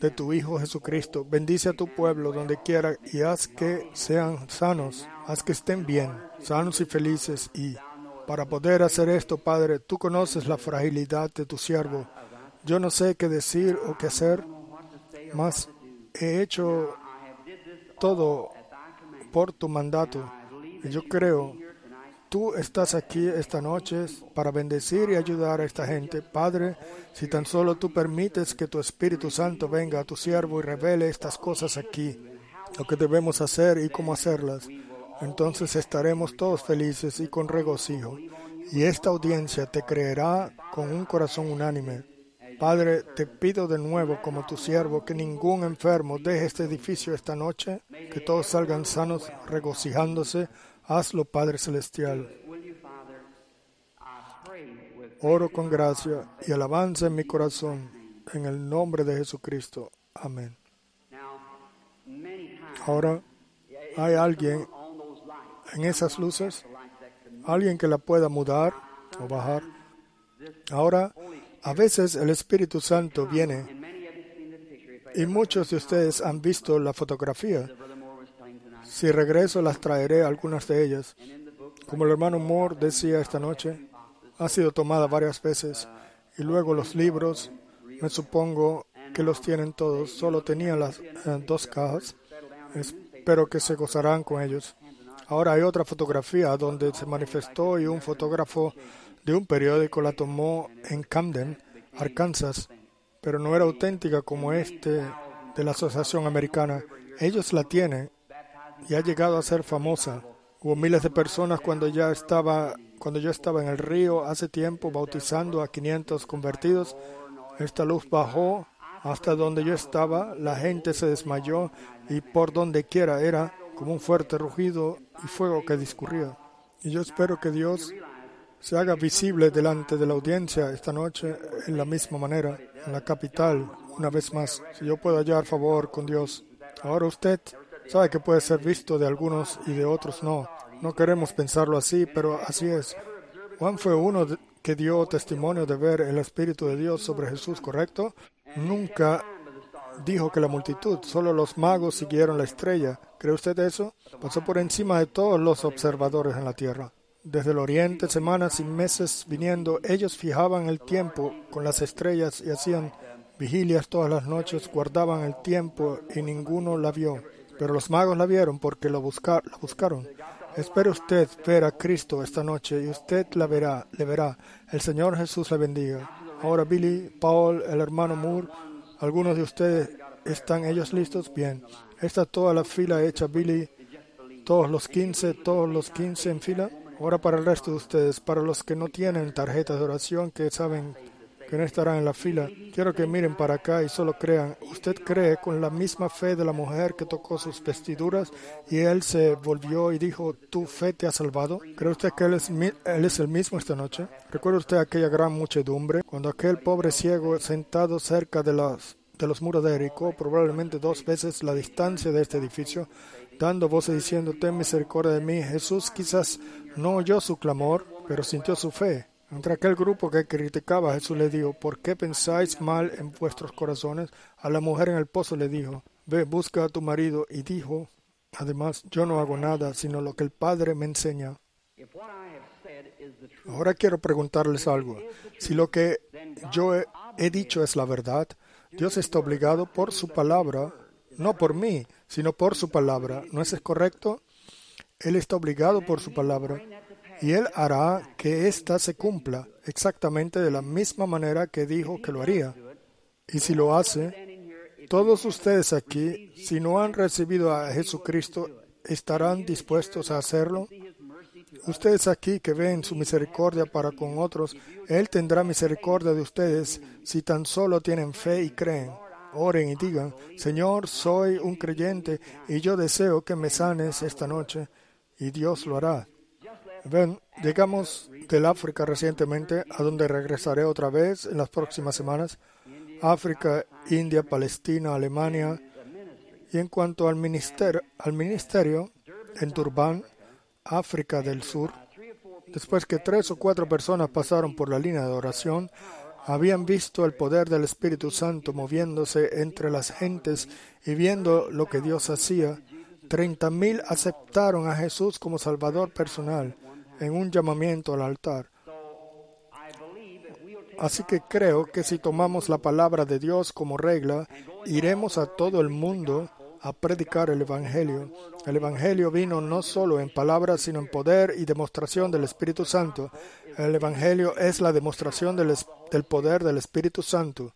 [SPEAKER 1] de tu Hijo Jesucristo. Bendice a tu pueblo donde quiera y haz que sean sanos, haz que estén bien, sanos y felices. Y para poder hacer esto, Padre, tú conoces la fragilidad de tu siervo. Yo no sé qué decir o qué hacer, mas he hecho todo por tu mandato. Y yo creo, tú estás aquí esta noche para bendecir y ayudar a esta gente. Padre, si tan solo tú permites que tu Espíritu Santo venga a tu siervo y revele estas cosas aquí, lo que debemos hacer y cómo hacerlas, entonces estaremos todos felices y con regocijo. Y esta audiencia te creerá con un corazón unánime. Padre, te pido de nuevo como tu siervo que ningún enfermo deje este edificio esta noche, que todos salgan sanos, regocijándose. Hazlo, Padre Celestial. Oro con gracia y alabanza en mi corazón, en el nombre de Jesucristo. Amén. Ahora, ¿hay alguien en esas luces? ¿Alguien que la pueda mudar o bajar? Ahora, a veces el Espíritu Santo viene, y muchos de ustedes han visto la fotografía. Si regreso, las traeré algunas de ellas. Como el hermano Moore decía esta noche, ha sido tomada varias veces. Y luego los libros, me supongo que los tienen todos. Solo tenían las eh, dos cajas. Espero que se gozarán con ellos. Ahora hay otra fotografía donde se manifestó y un fotógrafo de un periódico la tomó en Camden, Arkansas, pero no era auténtica como este de la Asociación Americana. Ellos la tienen y ha llegado a ser famosa. Hubo miles de personas cuando ya estaba, cuando yo estaba en el río hace tiempo bautizando a quinientos convertidos. Esta luz bajó hasta donde yo estaba, la gente se desmayó y por donde quiera era como un fuerte rugido y fuego que discurría. Y yo espero que Dios se haga visible delante de la audiencia esta noche en la misma manera, en la capital, una vez más, si yo puedo hallar favor con Dios. Ahora usted sabe que puede ser visto de algunos y de otros no. No queremos pensarlo así, pero así es. Juan fue uno que dio testimonio de ver el Espíritu de Dios sobre Jesús, ¿correcto? Nunca dijo que la multitud, solo los magos siguieron la estrella. ¿Cree usted eso? Pasó por encima de todos los observadores en la tierra. Desde el oriente, semanas y meses viniendo, ellos fijaban el tiempo con las estrellas y hacían vigilias todas las noches, guardaban el tiempo y ninguno la vio. Pero los magos la vieron porque lo buscar, la buscaron. Espere usted ver a Cristo esta noche y usted la verá, le verá. El Señor Jesús le bendiga. Ahora Billy, Paul, el hermano Moore, algunos de ustedes, ¿están ellos listos? Bien. Está toda la fila hecha, Billy. Todos los quince, todos los quince en fila. Ahora para el resto de ustedes, para los que no tienen tarjetas de oración, que saben que no estarán en la fila, quiero que miren para acá y solo crean. ¿Usted cree con la misma fe de la mujer que tocó sus vestiduras y él se volvió y dijo, tu fe te ha salvado? ¿Cree usted que él es, él es el mismo esta noche? ¿Recuerda usted aquella gran muchedumbre? Cuando aquel pobre ciego sentado cerca de los, de los muros de Jericó, probablemente dos veces la distancia de este edificio, dando voces diciendo, ten misericordia de mí. Jesús quizás no oyó su clamor, pero sintió su fe. Entre aquel grupo que criticaba, Jesús le dijo, ¿por qué pensáis mal en vuestros corazones? A la mujer en el pozo le dijo, ve, busca a tu marido. Y dijo, además, yo no hago nada, sino lo que el Padre me enseña. Ahora quiero preguntarles algo. Si lo que yo he, he dicho es la verdad, Dios está obligado por su palabra, no por mí, sino por su palabra. ¿No es correcto? Él está obligado por su palabra. Y Él hará que ésta se cumpla exactamente de la misma manera que dijo que lo haría. Y si lo hace, todos ustedes aquí, si no han recibido a Jesucristo, ¿estarán dispuestos a hacerlo? Ustedes aquí que ven su misericordia para con otros, Él tendrá misericordia de ustedes si tan solo tienen fe y creen. Oren y digan, Señor, soy un creyente y yo deseo que me sanes esta noche. Y Dios lo hará. Ven, llegamos del África recientemente, a donde regresaré otra vez en las próximas semanas. África, India, Palestina, Alemania. Y en cuanto al ministerio, al ministerio en Durban, África del Sur, después que tres o cuatro personas pasaron por la línea de oración, Habían visto el poder del Espíritu Santo moviéndose entre las gentes y viendo lo que Dios hacía. Treinta mil aceptaron a Jesús como Salvador personal en un llamamiento al altar. Así que creo que si tomamos la palabra de Dios como regla, iremos a todo el mundo a predicar el Evangelio. El Evangelio vino no solo en palabras, sino en poder y demostración del Espíritu Santo. El Evangelio es la demostración del, es- del poder del Espíritu Santo.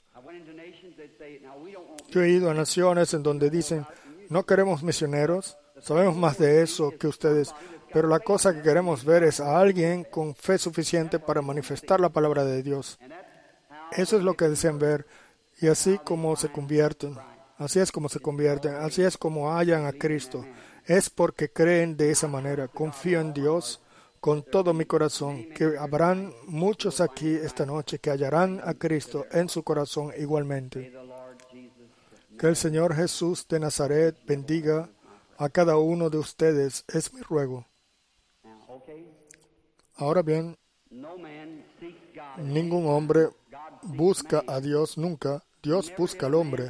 [SPEAKER 1] Yo he ido a naciones en donde dicen, no queremos misioneros, sabemos más de eso que ustedes, pero la cosa que queremos ver es a alguien con fe suficiente para manifestar la palabra de Dios. Eso es lo que desean ver, y así como se convierten. Así es como se convierten, así es como hallan a Cristo. Es porque creen de esa manera. Confío en Dios con todo mi corazón, que habrán muchos aquí esta noche que hallarán a Cristo en su corazón igualmente. Que el Señor Jesús de Nazaret bendiga a cada uno de ustedes, es mi ruego. Ahora bien, ningún hombre busca a Dios nunca. Dios busca al hombre.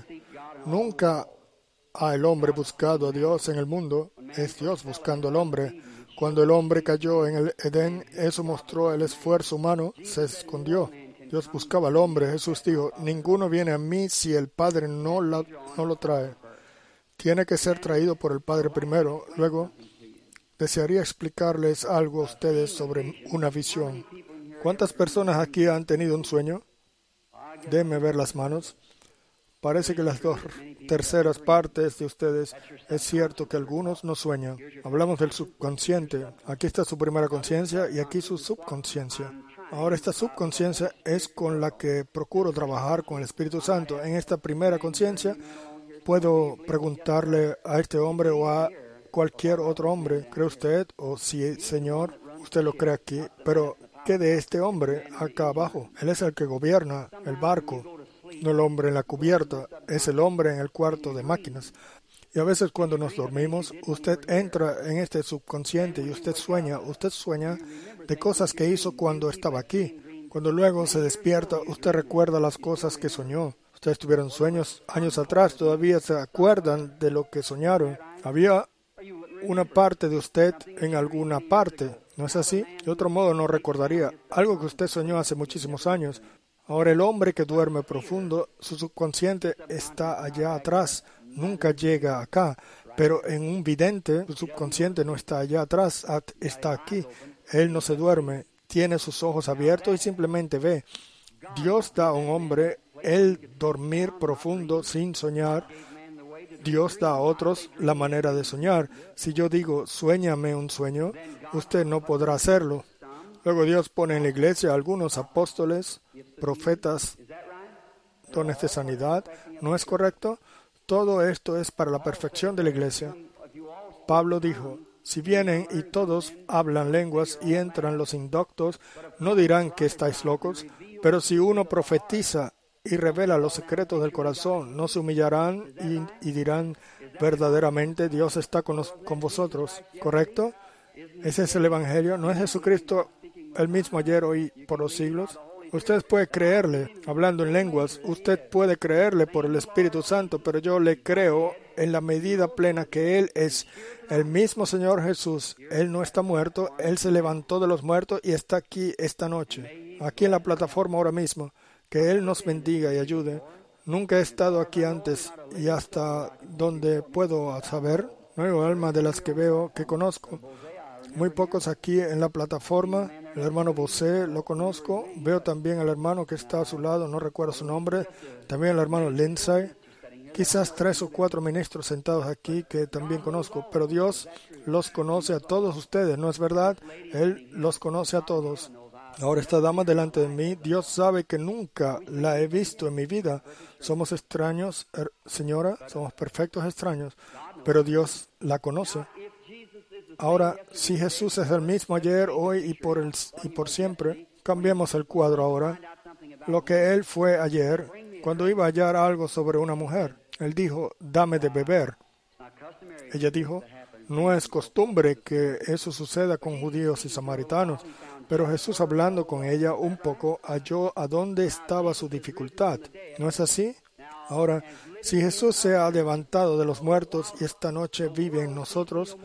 [SPEAKER 1] Nunca ha el hombre buscado a Dios en el mundo. Es Dios buscando al hombre. Cuando el hombre cayó en el Edén, eso mostró el esfuerzo humano. Se escondió. Dios buscaba al hombre. Jesús dijo, ninguno viene a mí si el Padre no, la, no lo trae. Tiene que ser traído por el Padre primero. Luego, desearía explicarles algo a ustedes sobre una visión. ¿Cuántas personas aquí han tenido un sueño? Déjenme ver las manos. Parece que las dos terceras partes de ustedes es cierto que algunos no sueñan. Hablamos del subconsciente. Aquí está su primera conciencia y aquí su subconsciencia. Ahora esta subconsciencia es con la que procuro trabajar con el Espíritu Santo. En esta primera conciencia puedo preguntarle a este hombre o a cualquier otro hombre, ¿cree usted? O sí, Señor, usted lo cree aquí, pero ¿qué de este hombre acá abajo? Él es el que gobierna el barco, no el hombre en la cubierta, es el hombre en el cuarto de máquinas. Y a veces cuando nos dormimos, usted entra en este subconsciente y usted sueña, usted sueña de cosas que hizo cuando estaba aquí. Cuando luego se despierta, usted recuerda las cosas que soñó. Ustedes tuvieron sueños años atrás, todavía se acuerdan de lo que soñaron. Había una parte de usted en alguna parte, ¿no es así? De otro modo no recordaría algo que usted soñó hace muchísimos años. Ahora el hombre que duerme profundo, su subconsciente está allá atrás, nunca llega acá, pero en un vidente, su subconsciente no está allá atrás, está aquí. Él no se duerme, tiene sus ojos abiertos y simplemente ve. Dios da a un hombre el dormir profundo sin soñar. Dios da a otros la manera de soñar. Si yo digo, suéñame un sueño, usted no podrá hacerlo. Luego Dios pone en la iglesia algunos apóstoles, profetas, dones de sanidad. ¿No es correcto? Todo esto es para la perfección de la iglesia. Pablo dijo, si vienen y todos hablan lenguas y entran los indoctos, no dirán que estáis locos, pero si uno profetiza y revela los secretos del corazón, no se humillarán y, y dirán, verdaderamente Dios está con, los, con vosotros. ¿Correcto? Ese es el Evangelio. ¿No es Jesucristo el mismo ayer, hoy, por los siglos? Usted puede creerle hablando en lenguas, usted puede creerle por el Espíritu Santo, pero yo le creo en la medida plena que Él es el mismo Señor Jesús. Él no está muerto, Él se levantó de los muertos y está aquí esta noche, aquí en la plataforma ahora mismo. Que Él nos bendiga y ayude. Nunca he estado aquí antes y hasta donde puedo saber, no hay alma de las que veo que conozco. Muy pocos aquí en la plataforma. El hermano Bosé lo conozco. Veo también al hermano que está a su lado, no recuerdo su nombre. También el hermano Lindsay. Quizás tres o cuatro ministros sentados aquí que también conozco. Pero Dios los conoce a todos ustedes, ¿no es verdad? Él los conoce a todos. Ahora esta dama delante de mí, Dios sabe que nunca la he visto en mi vida. Somos extraños, er, señora, somos perfectos extraños, pero Dios la conoce. Ahora, si Jesús es el mismo ayer, hoy y por, el, y por siempre, cambiemos el cuadro ahora. Lo que Él fue ayer, cuando iba a hallar algo sobre una mujer, Él dijo, dame de beber. Ella dijo, no es costumbre que eso suceda con judíos y samaritanos. Pero Jesús, hablando con ella un poco, halló a dónde estaba su dificultad. ¿No es así? Ahora, si Jesús se ha levantado de los muertos y esta noche vive en nosotros,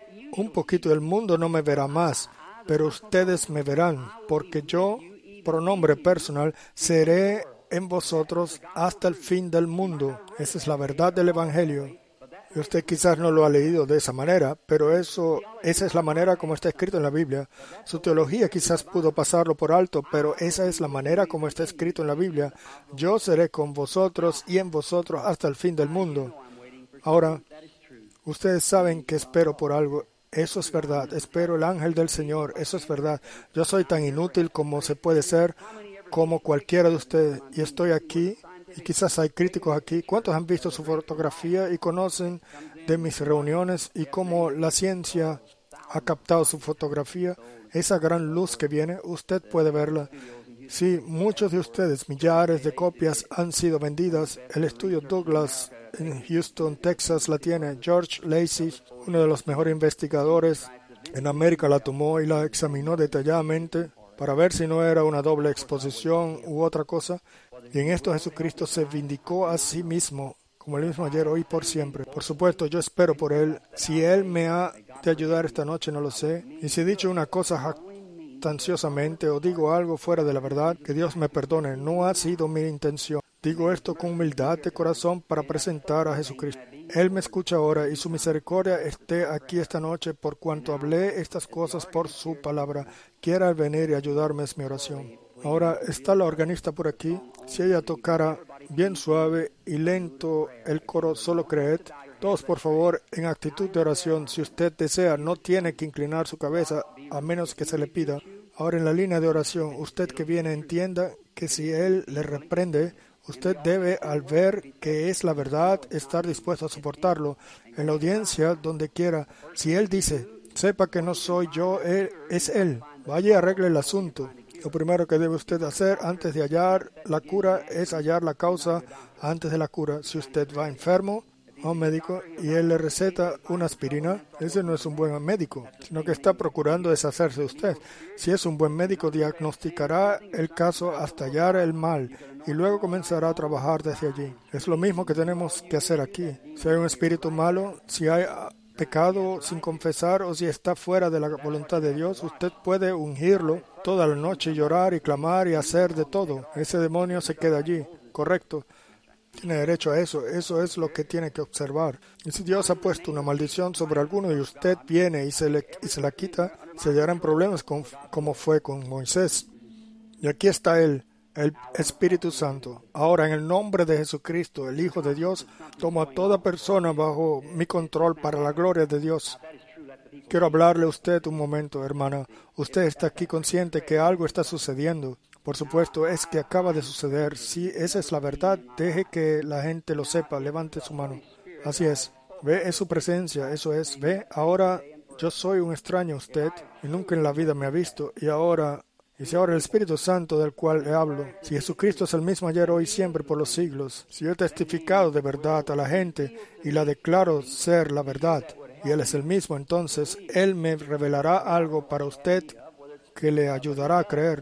[SPEAKER 1] un poquito el mundo no me verá más, pero ustedes me verán, porque yo, pronombre personal, seré en vosotros hasta el fin del mundo. Esa es la verdad del Evangelio. Y usted quizás no lo ha leído de esa manera, pero eso, esa es la manera como está escrito en la Biblia. Su teología quizás pudo pasarlo por alto, pero esa es la manera como está escrito en la Biblia. Yo seré con vosotros y en vosotros hasta el fin del mundo. Ahora, ustedes saben que espero por algo. Eso es verdad. Espero el ángel del Señor. Eso es verdad. Yo soy tan inútil como se puede ser, como cualquiera de ustedes. Y estoy aquí. Y quizás hay críticos aquí. ¿Cuántos han visto su fotografía y conocen de mis reuniones y cómo la ciencia ha captado su fotografía? Esa gran luz que viene, usted puede verla. Sí, muchos de ustedes, millares de copias han sido vendidas. El estudio Douglas en Houston, Texas, la tiene. George Lacey, uno de los mejores investigadores en América, la tomó y la examinó detalladamente para ver si no era una doble exposición u otra cosa. Y en esto Jesucristo se vindicó a sí mismo, como el mismo ayer, hoy y por siempre. Por supuesto, yo espero por Él. Si Él me ha de ayudar esta noche, no lo sé. Y si he dicho una cosa jactanciosamente o digo algo fuera de la verdad, que Dios me perdone. No ha sido mi intención. Digo esto con humildad de corazón para presentar a Jesucristo. Él me escucha ahora y su misericordia esté aquí esta noche por cuanto hablé estas cosas por su palabra. Quiera venir y ayudarme es mi oración. Ahora está la organista por aquí. Si ella tocara bien suave y lento el coro Solo Creed, todos por favor en actitud de oración. Si usted desea, no tiene que inclinar su cabeza a menos que se le pida. Ahora en la línea de oración, usted que viene entienda que si él le reprende, usted debe, al ver que es la verdad, estar dispuesto a soportarlo. En la audiencia, donde quiera, si él dice, sepa que no soy yo, él, es él. Vaya y arregle el asunto. Lo primero que debe usted hacer antes de hallar la cura es hallar la causa antes de la cura. Si usted va enfermo a un médico y él le receta una aspirina, ese no es un buen médico, sino que está procurando deshacerse de usted. Si es un buen médico, diagnosticará el caso hasta hallar el mal y luego comenzará a trabajar desde allí. Es lo mismo que tenemos que hacer aquí. Si hay un espíritu malo, si hay pecado sin confesar o si está fuera de la voluntad de Dios, usted puede ungirlo toda la noche, llorar y clamar y hacer de todo. Ese demonio se queda allí, correcto. Tiene derecho a eso, eso es lo que tiene que observar. Y si Dios ha puesto una maldición sobre alguno y usted viene y se, le, y se la quita, se hallarán problemas con, como fue con Moisés. Y aquí está Él, el Espíritu Santo. Ahora, en el nombre de Jesucristo, el Hijo de Dios, tomo a toda persona bajo mi control para la gloria de Dios. Quiero hablarle a usted un momento, hermana. Usted está aquí consciente que algo está sucediendo. Por supuesto, es que acaba de suceder. Si esa es la verdad, deje que la gente lo sepa. Levante su mano. Así es. Ve, es su presencia. Eso es. Ve, ahora yo soy un extraño a usted y nunca en la vida me ha visto. Y ahora, y si ahora el Espíritu Santo del cual le hablo, si Jesucristo es el mismo ayer, hoy y siempre por los siglos, si yo he testificado de verdad a la gente y la declaro ser la verdad, y Él es el mismo, entonces Él me revelará algo para usted que le ayudará a creer.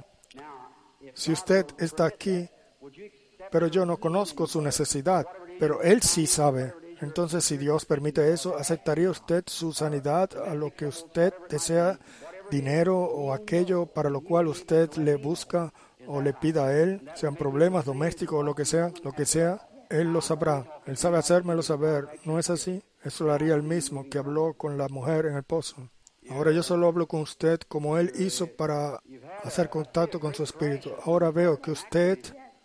[SPEAKER 1] Si usted está aquí, pero yo no conozco su necesidad, pero Él sí sabe. Entonces, si Dios permite eso, ¿aceptaría usted su sanidad a lo que usted desea, dinero o aquello para lo cual usted le busca o le pida a Él, sean problemas domésticos o lo que sea, lo que sea, Él lo sabrá. Él sabe hacérmelo saber. ¿No es así? Eso lo haría el mismo que habló con la mujer en el pozo. Ahora yo solo hablo con usted como Él hizo para hacer contacto con su espíritu. Ahora veo que usted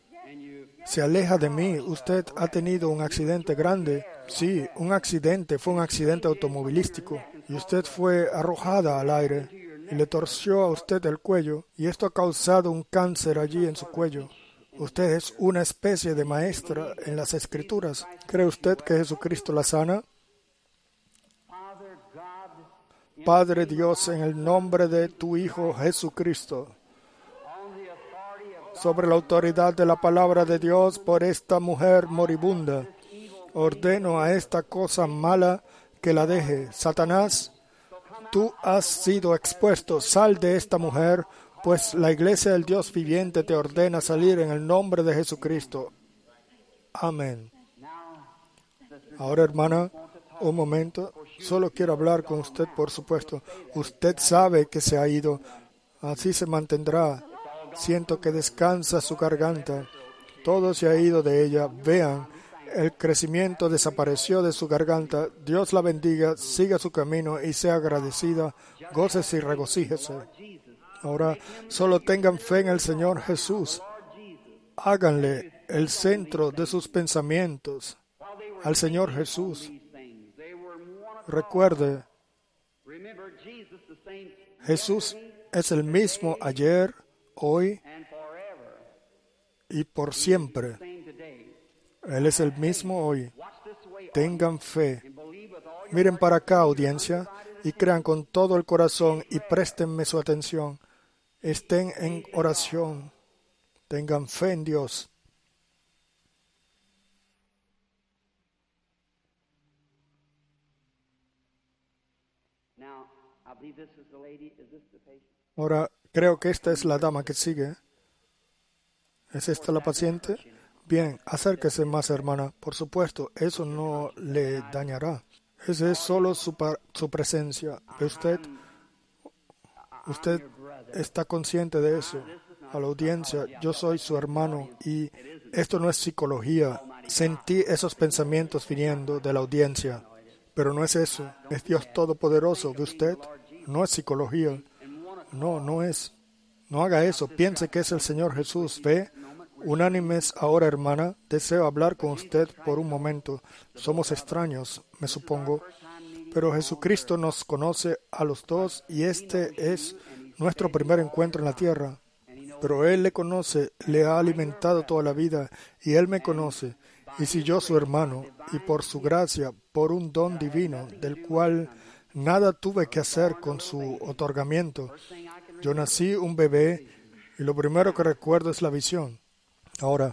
[SPEAKER 1] se aleja de mí. Usted ha tenido un accidente grande. Sí, un accidente. Fue un accidente automovilístico. Y usted fue arrojada al aire y le torció a usted el cuello. Y esto ha causado un cáncer allí en su cuello. Usted es una especie de maestra en las Escrituras. ¿Cree usted que Jesucristo la sana? Padre Dios, en el nombre de tu Hijo Jesucristo, sobre la autoridad de la palabra de Dios por esta mujer moribunda, ordeno a esta cosa mala que la deje. Satanás, tú has sido expuesto. Sal de esta mujer, pues la iglesia del Dios viviente te ordena salir en el nombre de Jesucristo. Amén. Ahora, hermana, un momento. Solo quiero hablar con usted, por supuesto. Usted sabe que se ha ido. Así se mantendrá. Siento que descansa su garganta. Todo se ha ido de ella. Vean, el crecimiento desapareció de su garganta. Dios la bendiga, siga su camino y sea agradecida. Gócese y regocíjese. Ahora, solo tengan fe en el Señor Jesús. Háganle el centro de sus pensamientos al Señor Jesús. Recuerde, Jesús es el mismo ayer, hoy y por siempre. Él es el mismo hoy. Tengan fe. Miren para acá, audiencia, y crean con todo el corazón y préstenme su atención. Estén en oración. Tengan fe en Dios. Ahora, creo que esta es la dama que sigue. ¿Es esta la paciente? Bien, acérquese más, hermana. Por supuesto, eso no le dañará. Esa es solo su, su presencia. ¿Ve usted? Usted está consciente de eso. A la audiencia, yo soy su hermano y esto no es psicología. Sentí esos pensamientos viniendo de la audiencia, pero no es eso. Es Dios Todopoderoso. ¿Ve usted? No es psicología. No, no es. No haga eso. Piense que es el Señor Jesús. ¿Ve? Unánimes ahora, hermana. Deseo hablar con usted por un momento. Somos extraños, me supongo. Pero Jesucristo nos conoce a los dos y este es nuestro primer encuentro en la tierra. Pero Él le conoce, le ha alimentado toda la vida y Él me conoce. Y si yo, su hermano, y por su gracia, por un don divino, del cual nada tuve que hacer con su otorgamiento, yo nací un bebé y lo primero que recuerdo es la visión. Ahora,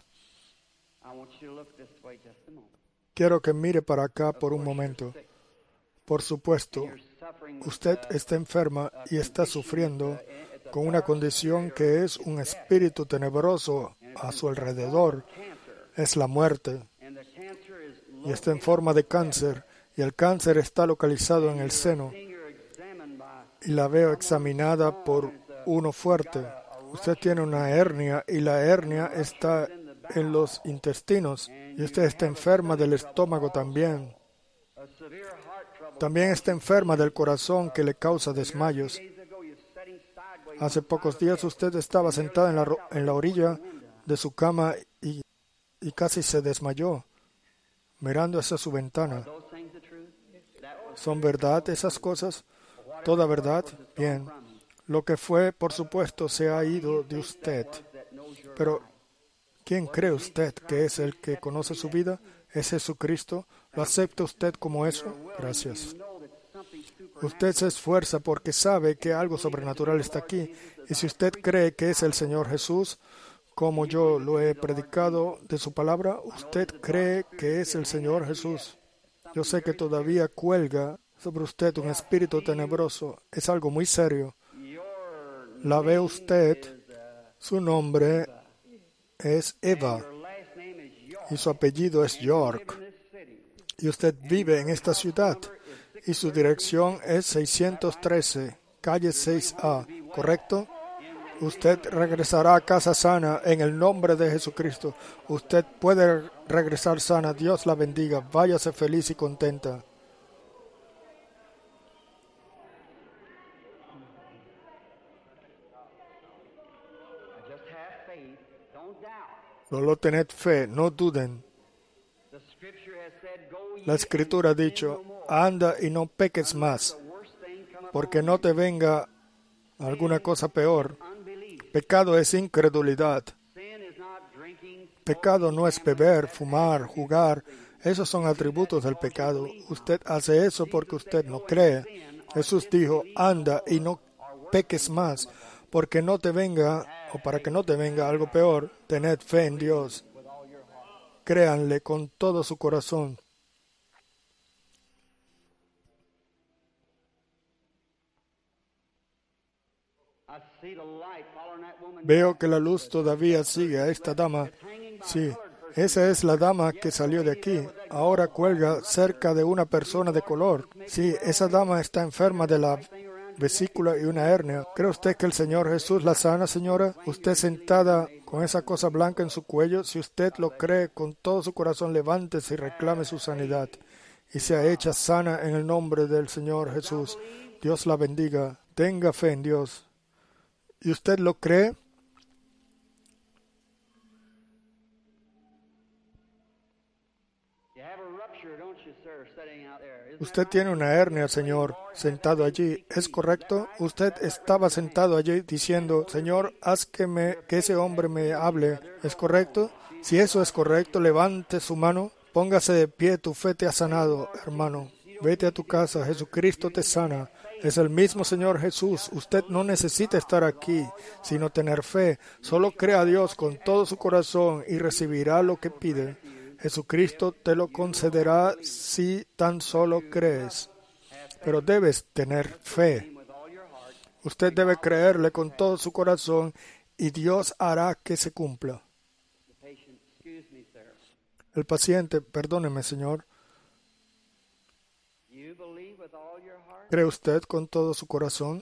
[SPEAKER 1] quiero que mire para acá por un momento. Por supuesto, usted está enferma y está sufriendo con una condición que es un espíritu tenebroso a su alrededor. Es la muerte. Y está en forma de cáncer. Y el cáncer está localizado en el seno. Y la veo examinada por uno fuerte. Usted tiene una hernia y la hernia está en los intestinos. Y usted está enferma del estómago también. También está enferma del corazón que le causa desmayos. Hace pocos días usted estaba sentada en la, en la orilla de su cama y, y casi se desmayó, mirando hacia su ventana. ¿Son verdad esas cosas? ¿Toda verdad? Bien. Lo que fue, por supuesto, se ha ido de usted. Pero, ¿quién cree usted que es el que conoce su vida? ¿Es Jesucristo? ¿Lo acepta usted como eso? Gracias. Usted se esfuerza porque sabe que algo sobrenatural está aquí. Y si usted cree que es el Señor Jesús, como yo lo he predicado de su palabra, usted cree que es el Señor Jesús. Yo sé que todavía cuelga sobre usted un espíritu tenebroso. Es algo muy serio. La ve usted. Su nombre es Eva y su apellido es York. Y usted vive en esta ciudad y su dirección es seiscientos trece, calle seis A, ¿correcto? Usted regresará a casa sana en el nombre de Jesucristo. Usted puede regresar sana. Dios la bendiga. Váyase feliz y contenta. Solo tened fe, no duden. La Escritura ha dicho, anda y no peques más, porque no te venga alguna cosa peor. Pecado es incredulidad. Pecado no es beber, fumar, jugar. Esos son atributos del pecado. Usted hace eso porque usted no cree. Jesús dijo, anda y no peques más, porque no te venga, o para que no te venga algo peor. Tened fe en Dios. Créanle con todo su corazón. Veo que la luz todavía sigue a esta dama. Sí, esa es la dama que salió de aquí. Ahora cuelga cerca de una persona de color. Sí, esa dama está enferma de la vesícula y una hernia. ¿Cree usted que el Señor Jesús la sana, señora? Usted sentada con esa cosa blanca en su cuello, si usted lo cree con todo su corazón, levántese y reclame su sanidad. Y sea hecha sana en el nombre del Señor Jesús. Dios la bendiga. Tenga fe en Dios. ¿Y usted lo cree? Usted tiene una hernia, Señor, sentado allí. ¿Es correcto? Usted estaba sentado allí diciendo, Señor, haz que, me, que ese hombre me hable. ¿Es correcto? Si eso es correcto, levante su mano. Póngase de pie, tu fe te ha sanado, hermano. Vete a tu casa, Jesucristo te sana. Es el mismo Señor Jesús. Usted no necesita estar aquí, sino tener fe. Solo crea a Dios con todo su corazón y recibirá lo que pide. Jesucristo te lo concederá si tan solo crees. Pero debes tener fe. Usted debe creerle con todo su corazón y Dios hará que se cumpla. El paciente, perdóneme, Señor. ¿Cree usted con todo su corazón?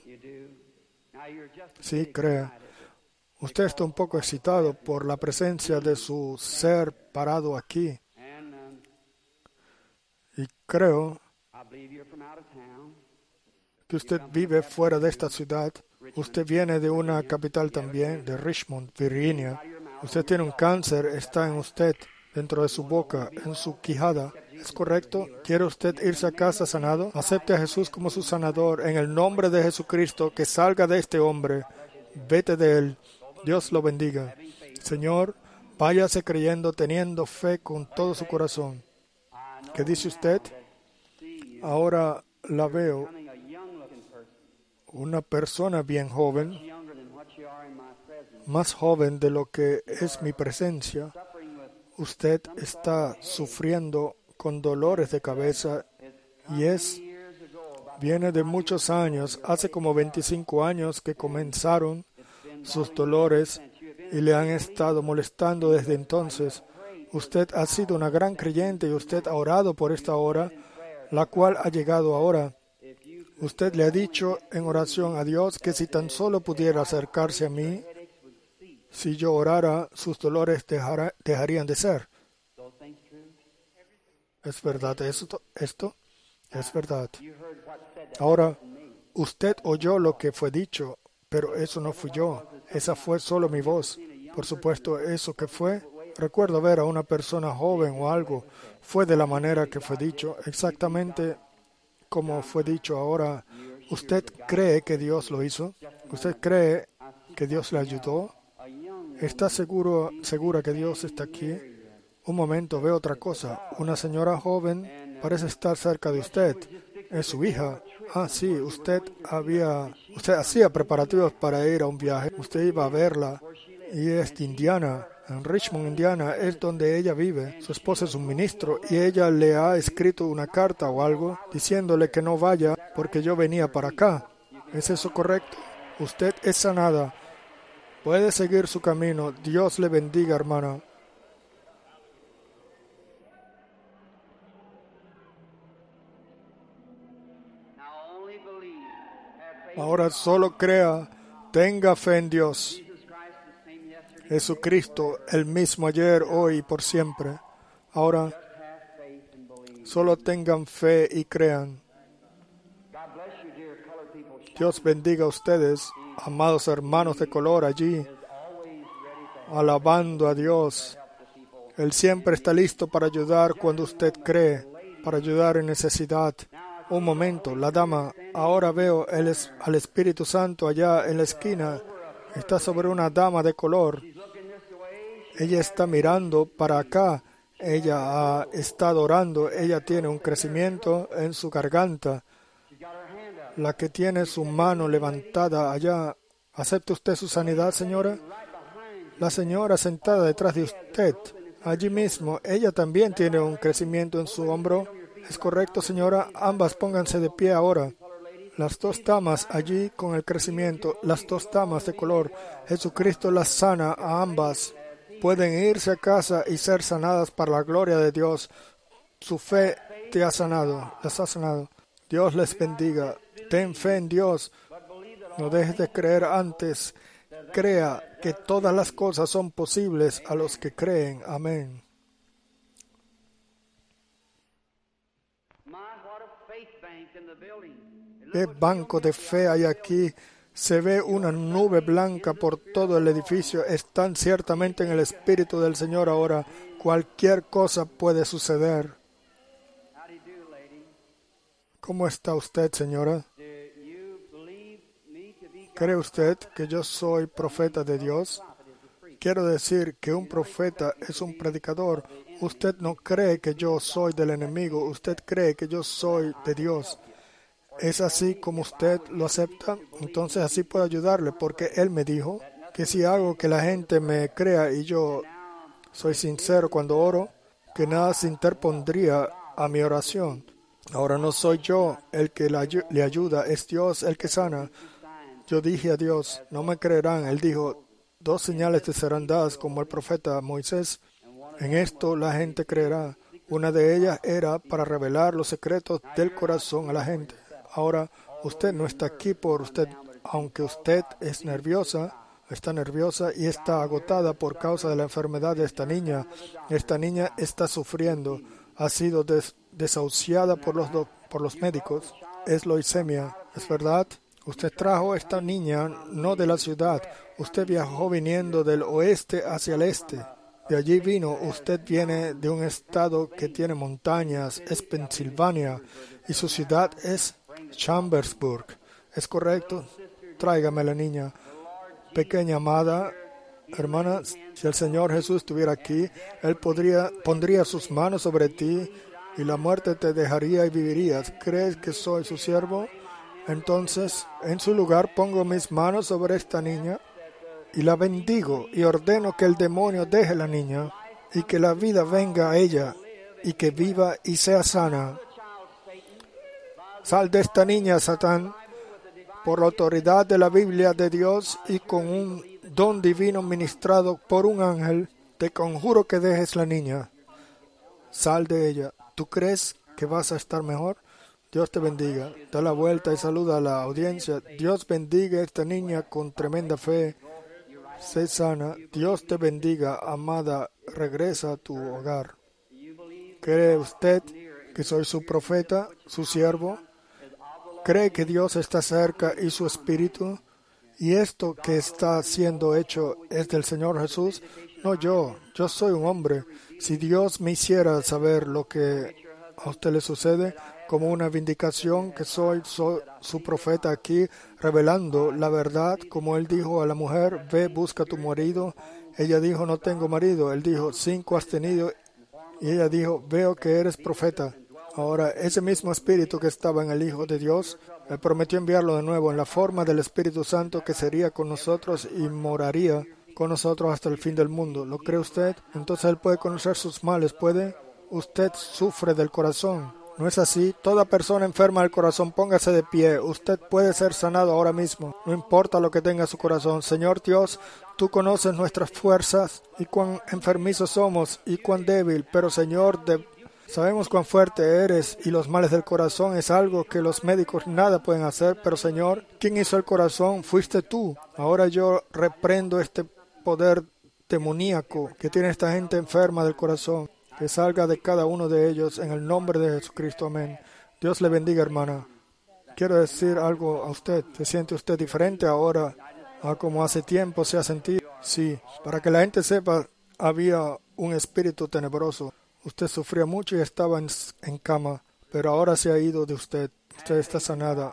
[SPEAKER 1] Sí, cree. Usted está un poco excitado por la presencia de su ser parado aquí. Y creo que usted vive fuera de esta ciudad. Usted viene de una capital también, de Richmond, Virginia. Usted tiene un cáncer, está en usted, dentro de su boca, en su quijada. ¿Es correcto? ¿Quiere usted irse a casa sanado? Acepte a Jesús como su sanador. En el nombre de Jesucristo, que salga de este hombre. Vete de él. Dios lo bendiga. Señor, váyase creyendo, teniendo fe con todo su corazón. ¿Qué dice usted? Ahora la veo, una persona bien joven, más joven de lo que es mi presencia. Usted está sufriendo con dolores de cabeza y es, viene de muchos años, hace como veinticinco años que comenzaron sus dolores y le han estado molestando desde entonces. Usted ha sido una gran creyente y usted ha orado por esta hora, la cual ha llegado ahora. Usted le ha dicho en oración a Dios que si tan solo pudiera acercarse a mí, si yo orara, sus dolores dejara, dejarían de ser. ¿Es verdad esto? ¿Esto? Es verdad. Ahora, usted oyó lo que fue dicho, pero eso no fui yo. Esa fue solo mi voz. Por supuesto, eso que fue, recuerdo ver a una persona joven o algo, fue de la manera que fue dicho, exactamente como fue dicho ahora. ¿Usted cree que Dios lo hizo? ¿Usted cree que Dios le ayudó? ¿Está seguro, segura que Dios está aquí? Un momento, veo otra cosa. Una señora joven parece estar cerca de usted. Es su hija. Ah, sí, usted había, usted hacía preparativos para ir a un viaje. Usted iba a verla y es de Indiana. En Richmond, Indiana, es donde ella vive. Su esposo es un ministro y ella le ha escrito una carta o algo diciéndole que no vaya porque yo venía para acá. ¿Es eso correcto? Usted es sanada. Puede seguir su camino. Dios le bendiga, hermana. Ahora solo crea, tenga fe en Dios. Jesucristo, el mismo ayer, hoy y por siempre. Ahora, solo tengan fe y crean. Dios bendiga a ustedes, amados hermanos de color allí, alabando a Dios. Él siempre está listo para ayudar cuando usted cree, para ayudar en necesidad. Un momento, la dama, ahora veo el es, al Espíritu Santo allá en la esquina. Está sobre una dama de color. Ella está mirando para acá. Ella ha estado orando. Ella tiene un crecimiento en su garganta. La que tiene su mano levantada allá. ¿Acepta usted su sanidad, señora? La señora sentada detrás de usted, allí mismo, ella también tiene un crecimiento en su hombro. ¿Es correcto, señora? Ambas pónganse de pie ahora. Las dos damas allí con el crecimiento, las dos damas de color, Jesucristo las sana a ambas. Pueden irse a casa y ser sanadas para la gloria de Dios. Su fe te ha sanado, las ha sanado. Dios les bendiga. Ten fe en Dios. No dejes de creer antes. Crea que todas las cosas son posibles a los que creen. Amén. ¿Qué banco de fe hay aquí? Se ve una nube blanca por todo el edificio. Están ciertamente en el Espíritu del Señor ahora. Cualquier cosa puede suceder. ¿Cómo está usted, señora? ¿Cree usted que yo soy profeta de Dios? Quiero decir que un profeta es un predicador. Usted no cree que yo soy del enemigo. Usted cree que yo soy de Dios. ¿Es así como usted lo acepta? Entonces así puedo ayudarle, porque Él me dijo que si hago que la gente me crea y yo soy sincero cuando oro, que nada se interpondría a mi oración. Ahora no soy yo el que le ayuda, es Dios el que sana. Yo dije a Dios, no me creerán. Él dijo, dos señales te serán dadas como el profeta Moisés. En esto la gente creerá. Una de ellas era para revelar los secretos del corazón a la gente. Ahora, usted no está aquí por usted, aunque usted es nerviosa, está nerviosa y está agotada por causa de la enfermedad de esta niña. Esta niña está sufriendo, ha sido des- desahuciada por los, do- por los médicos. Es leucemia, ¿es verdad? Usted trajo a esta niña no de la ciudad, usted viajó viniendo del oeste hacia el este. De allí vino, usted viene de un estado que tiene montañas, es Pensilvania, y su ciudad es Chambersburg. ¿Es correcto? Tráigame la niña. Pequeña amada, hermana, si el Señor Jesús estuviera aquí, Él podría, pondría sus manos sobre ti y la muerte te dejaría y vivirías. ¿Crees que soy su siervo? Entonces, en su lugar pongo mis manos sobre esta niña y la bendigo y ordeno que el demonio deje la niña y que la vida venga a ella y que viva y sea sana. Sal de esta niña, Satán, por la autoridad de la Biblia de Dios y con un don divino ministrado por un ángel, te conjuro que dejes la niña. Sal de ella. ¿Tú crees que vas a estar mejor? Dios te bendiga. Da la vuelta y saluda a la audiencia. Dios bendiga a esta niña con tremenda fe. Sé sana. Dios te bendiga, amada. Regresa a tu hogar. ¿Cree usted que soy su profeta, su siervo? ¿Cree que Dios está cerca y su espíritu? ¿Y esto que está siendo hecho es del Señor Jesús? No yo, yo soy un hombre. Si Dios me hiciera saber lo que a usted le sucede, como una vindicación que soy, soy su profeta aquí, revelando la verdad, como Él dijo a la mujer, ve, busca a tu marido. Ella dijo, no tengo marido. Él dijo, cinco has tenido. Y ella dijo, veo que eres profeta. Ahora, ese mismo Espíritu que estaba en el Hijo de Dios, Él prometió enviarlo de nuevo en la forma del Espíritu Santo que sería con nosotros y moraría con nosotros hasta el fin del mundo. ¿Lo cree usted? Entonces Él puede conocer sus males, ¿puede? Usted sufre del corazón. ¿No es así? Toda persona enferma del corazón, póngase de pie. Usted puede ser sanado ahora mismo. No importa lo que tenga su corazón. Señor Dios, Tú conoces nuestras fuerzas y cuán enfermizos somos y cuán débil. Pero Señor, de sabemos cuán fuerte eres y los males del corazón es algo que los médicos nada pueden hacer, pero Señor, ¿quién hizo el corazón? Fuiste tú. Ahora yo reprendo este poder demoníaco que tiene esta gente enferma del corazón, que salga de cada uno de ellos en el nombre de Jesucristo. Amén. Dios le bendiga, hermana. Quiero decir algo a usted. ¿Se siente usted diferente ahora a como hace tiempo se ha sentido? Sí, para que la gente sepa, había un espíritu tenebroso. Usted sufría mucho y estaba en, en cama, pero ahora se ha ido de usted. Usted está sanada.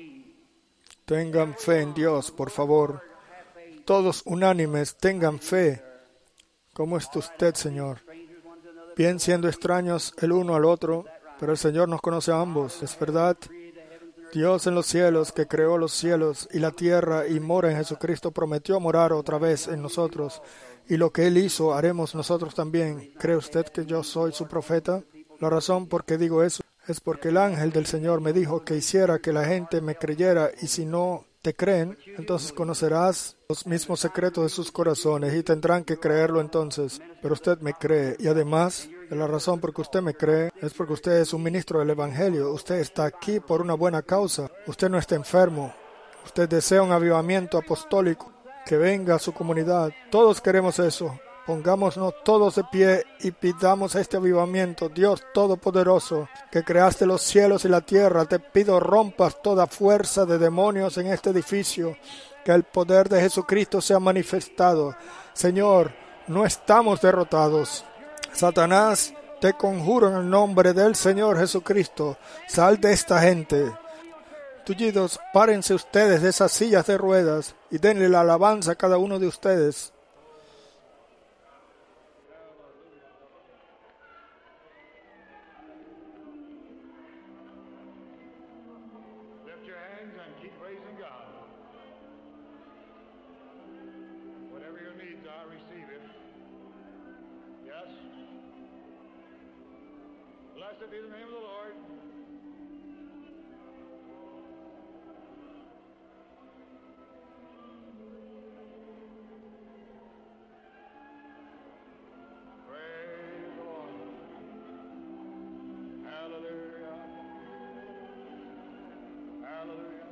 [SPEAKER 1] Tengan fe en Dios, por favor. Todos unánimes, tengan fe. ¿Cómo está usted, Señor? Bien siendo extraños el uno al otro, pero el Señor nos conoce a ambos, ¿es verdad? Dios en los cielos, que creó los cielos y la tierra y mora en Jesucristo, prometió morar otra vez en nosotros. Y lo que Él hizo, haremos nosotros también. ¿Cree usted que yo soy su profeta? La razón por qué digo eso es porque el ángel del Señor me dijo que hiciera que la gente me creyera, y si no te creen, entonces conocerás los mismos secretos de sus corazones y tendrán que creerlo entonces. Pero usted me cree, y además, la razón por que usted me cree es porque usted es un ministro del Evangelio. Usted está aquí por una buena causa. Usted no está enfermo. Usted desea un avivamiento apostólico que venga a su comunidad. Todos queremos eso. Pongámonos todos de pie y pidamos este avivamiento. Dios Todopoderoso, que creaste los cielos y la tierra, te pido rompas toda fuerza de demonios en este edificio, que el poder de Jesucristo sea manifestado. Señor, no estamos derrotados. Satanás, te conjuro en el nombre del Señor Jesucristo, sal de esta gente. Tullidos, párense ustedes de esas sillas de ruedas y denle la alabanza a cada uno de ustedes.
[SPEAKER 2] Blessed be the name of the Lord. Praise the Lord. Hallelujah. Hallelujah.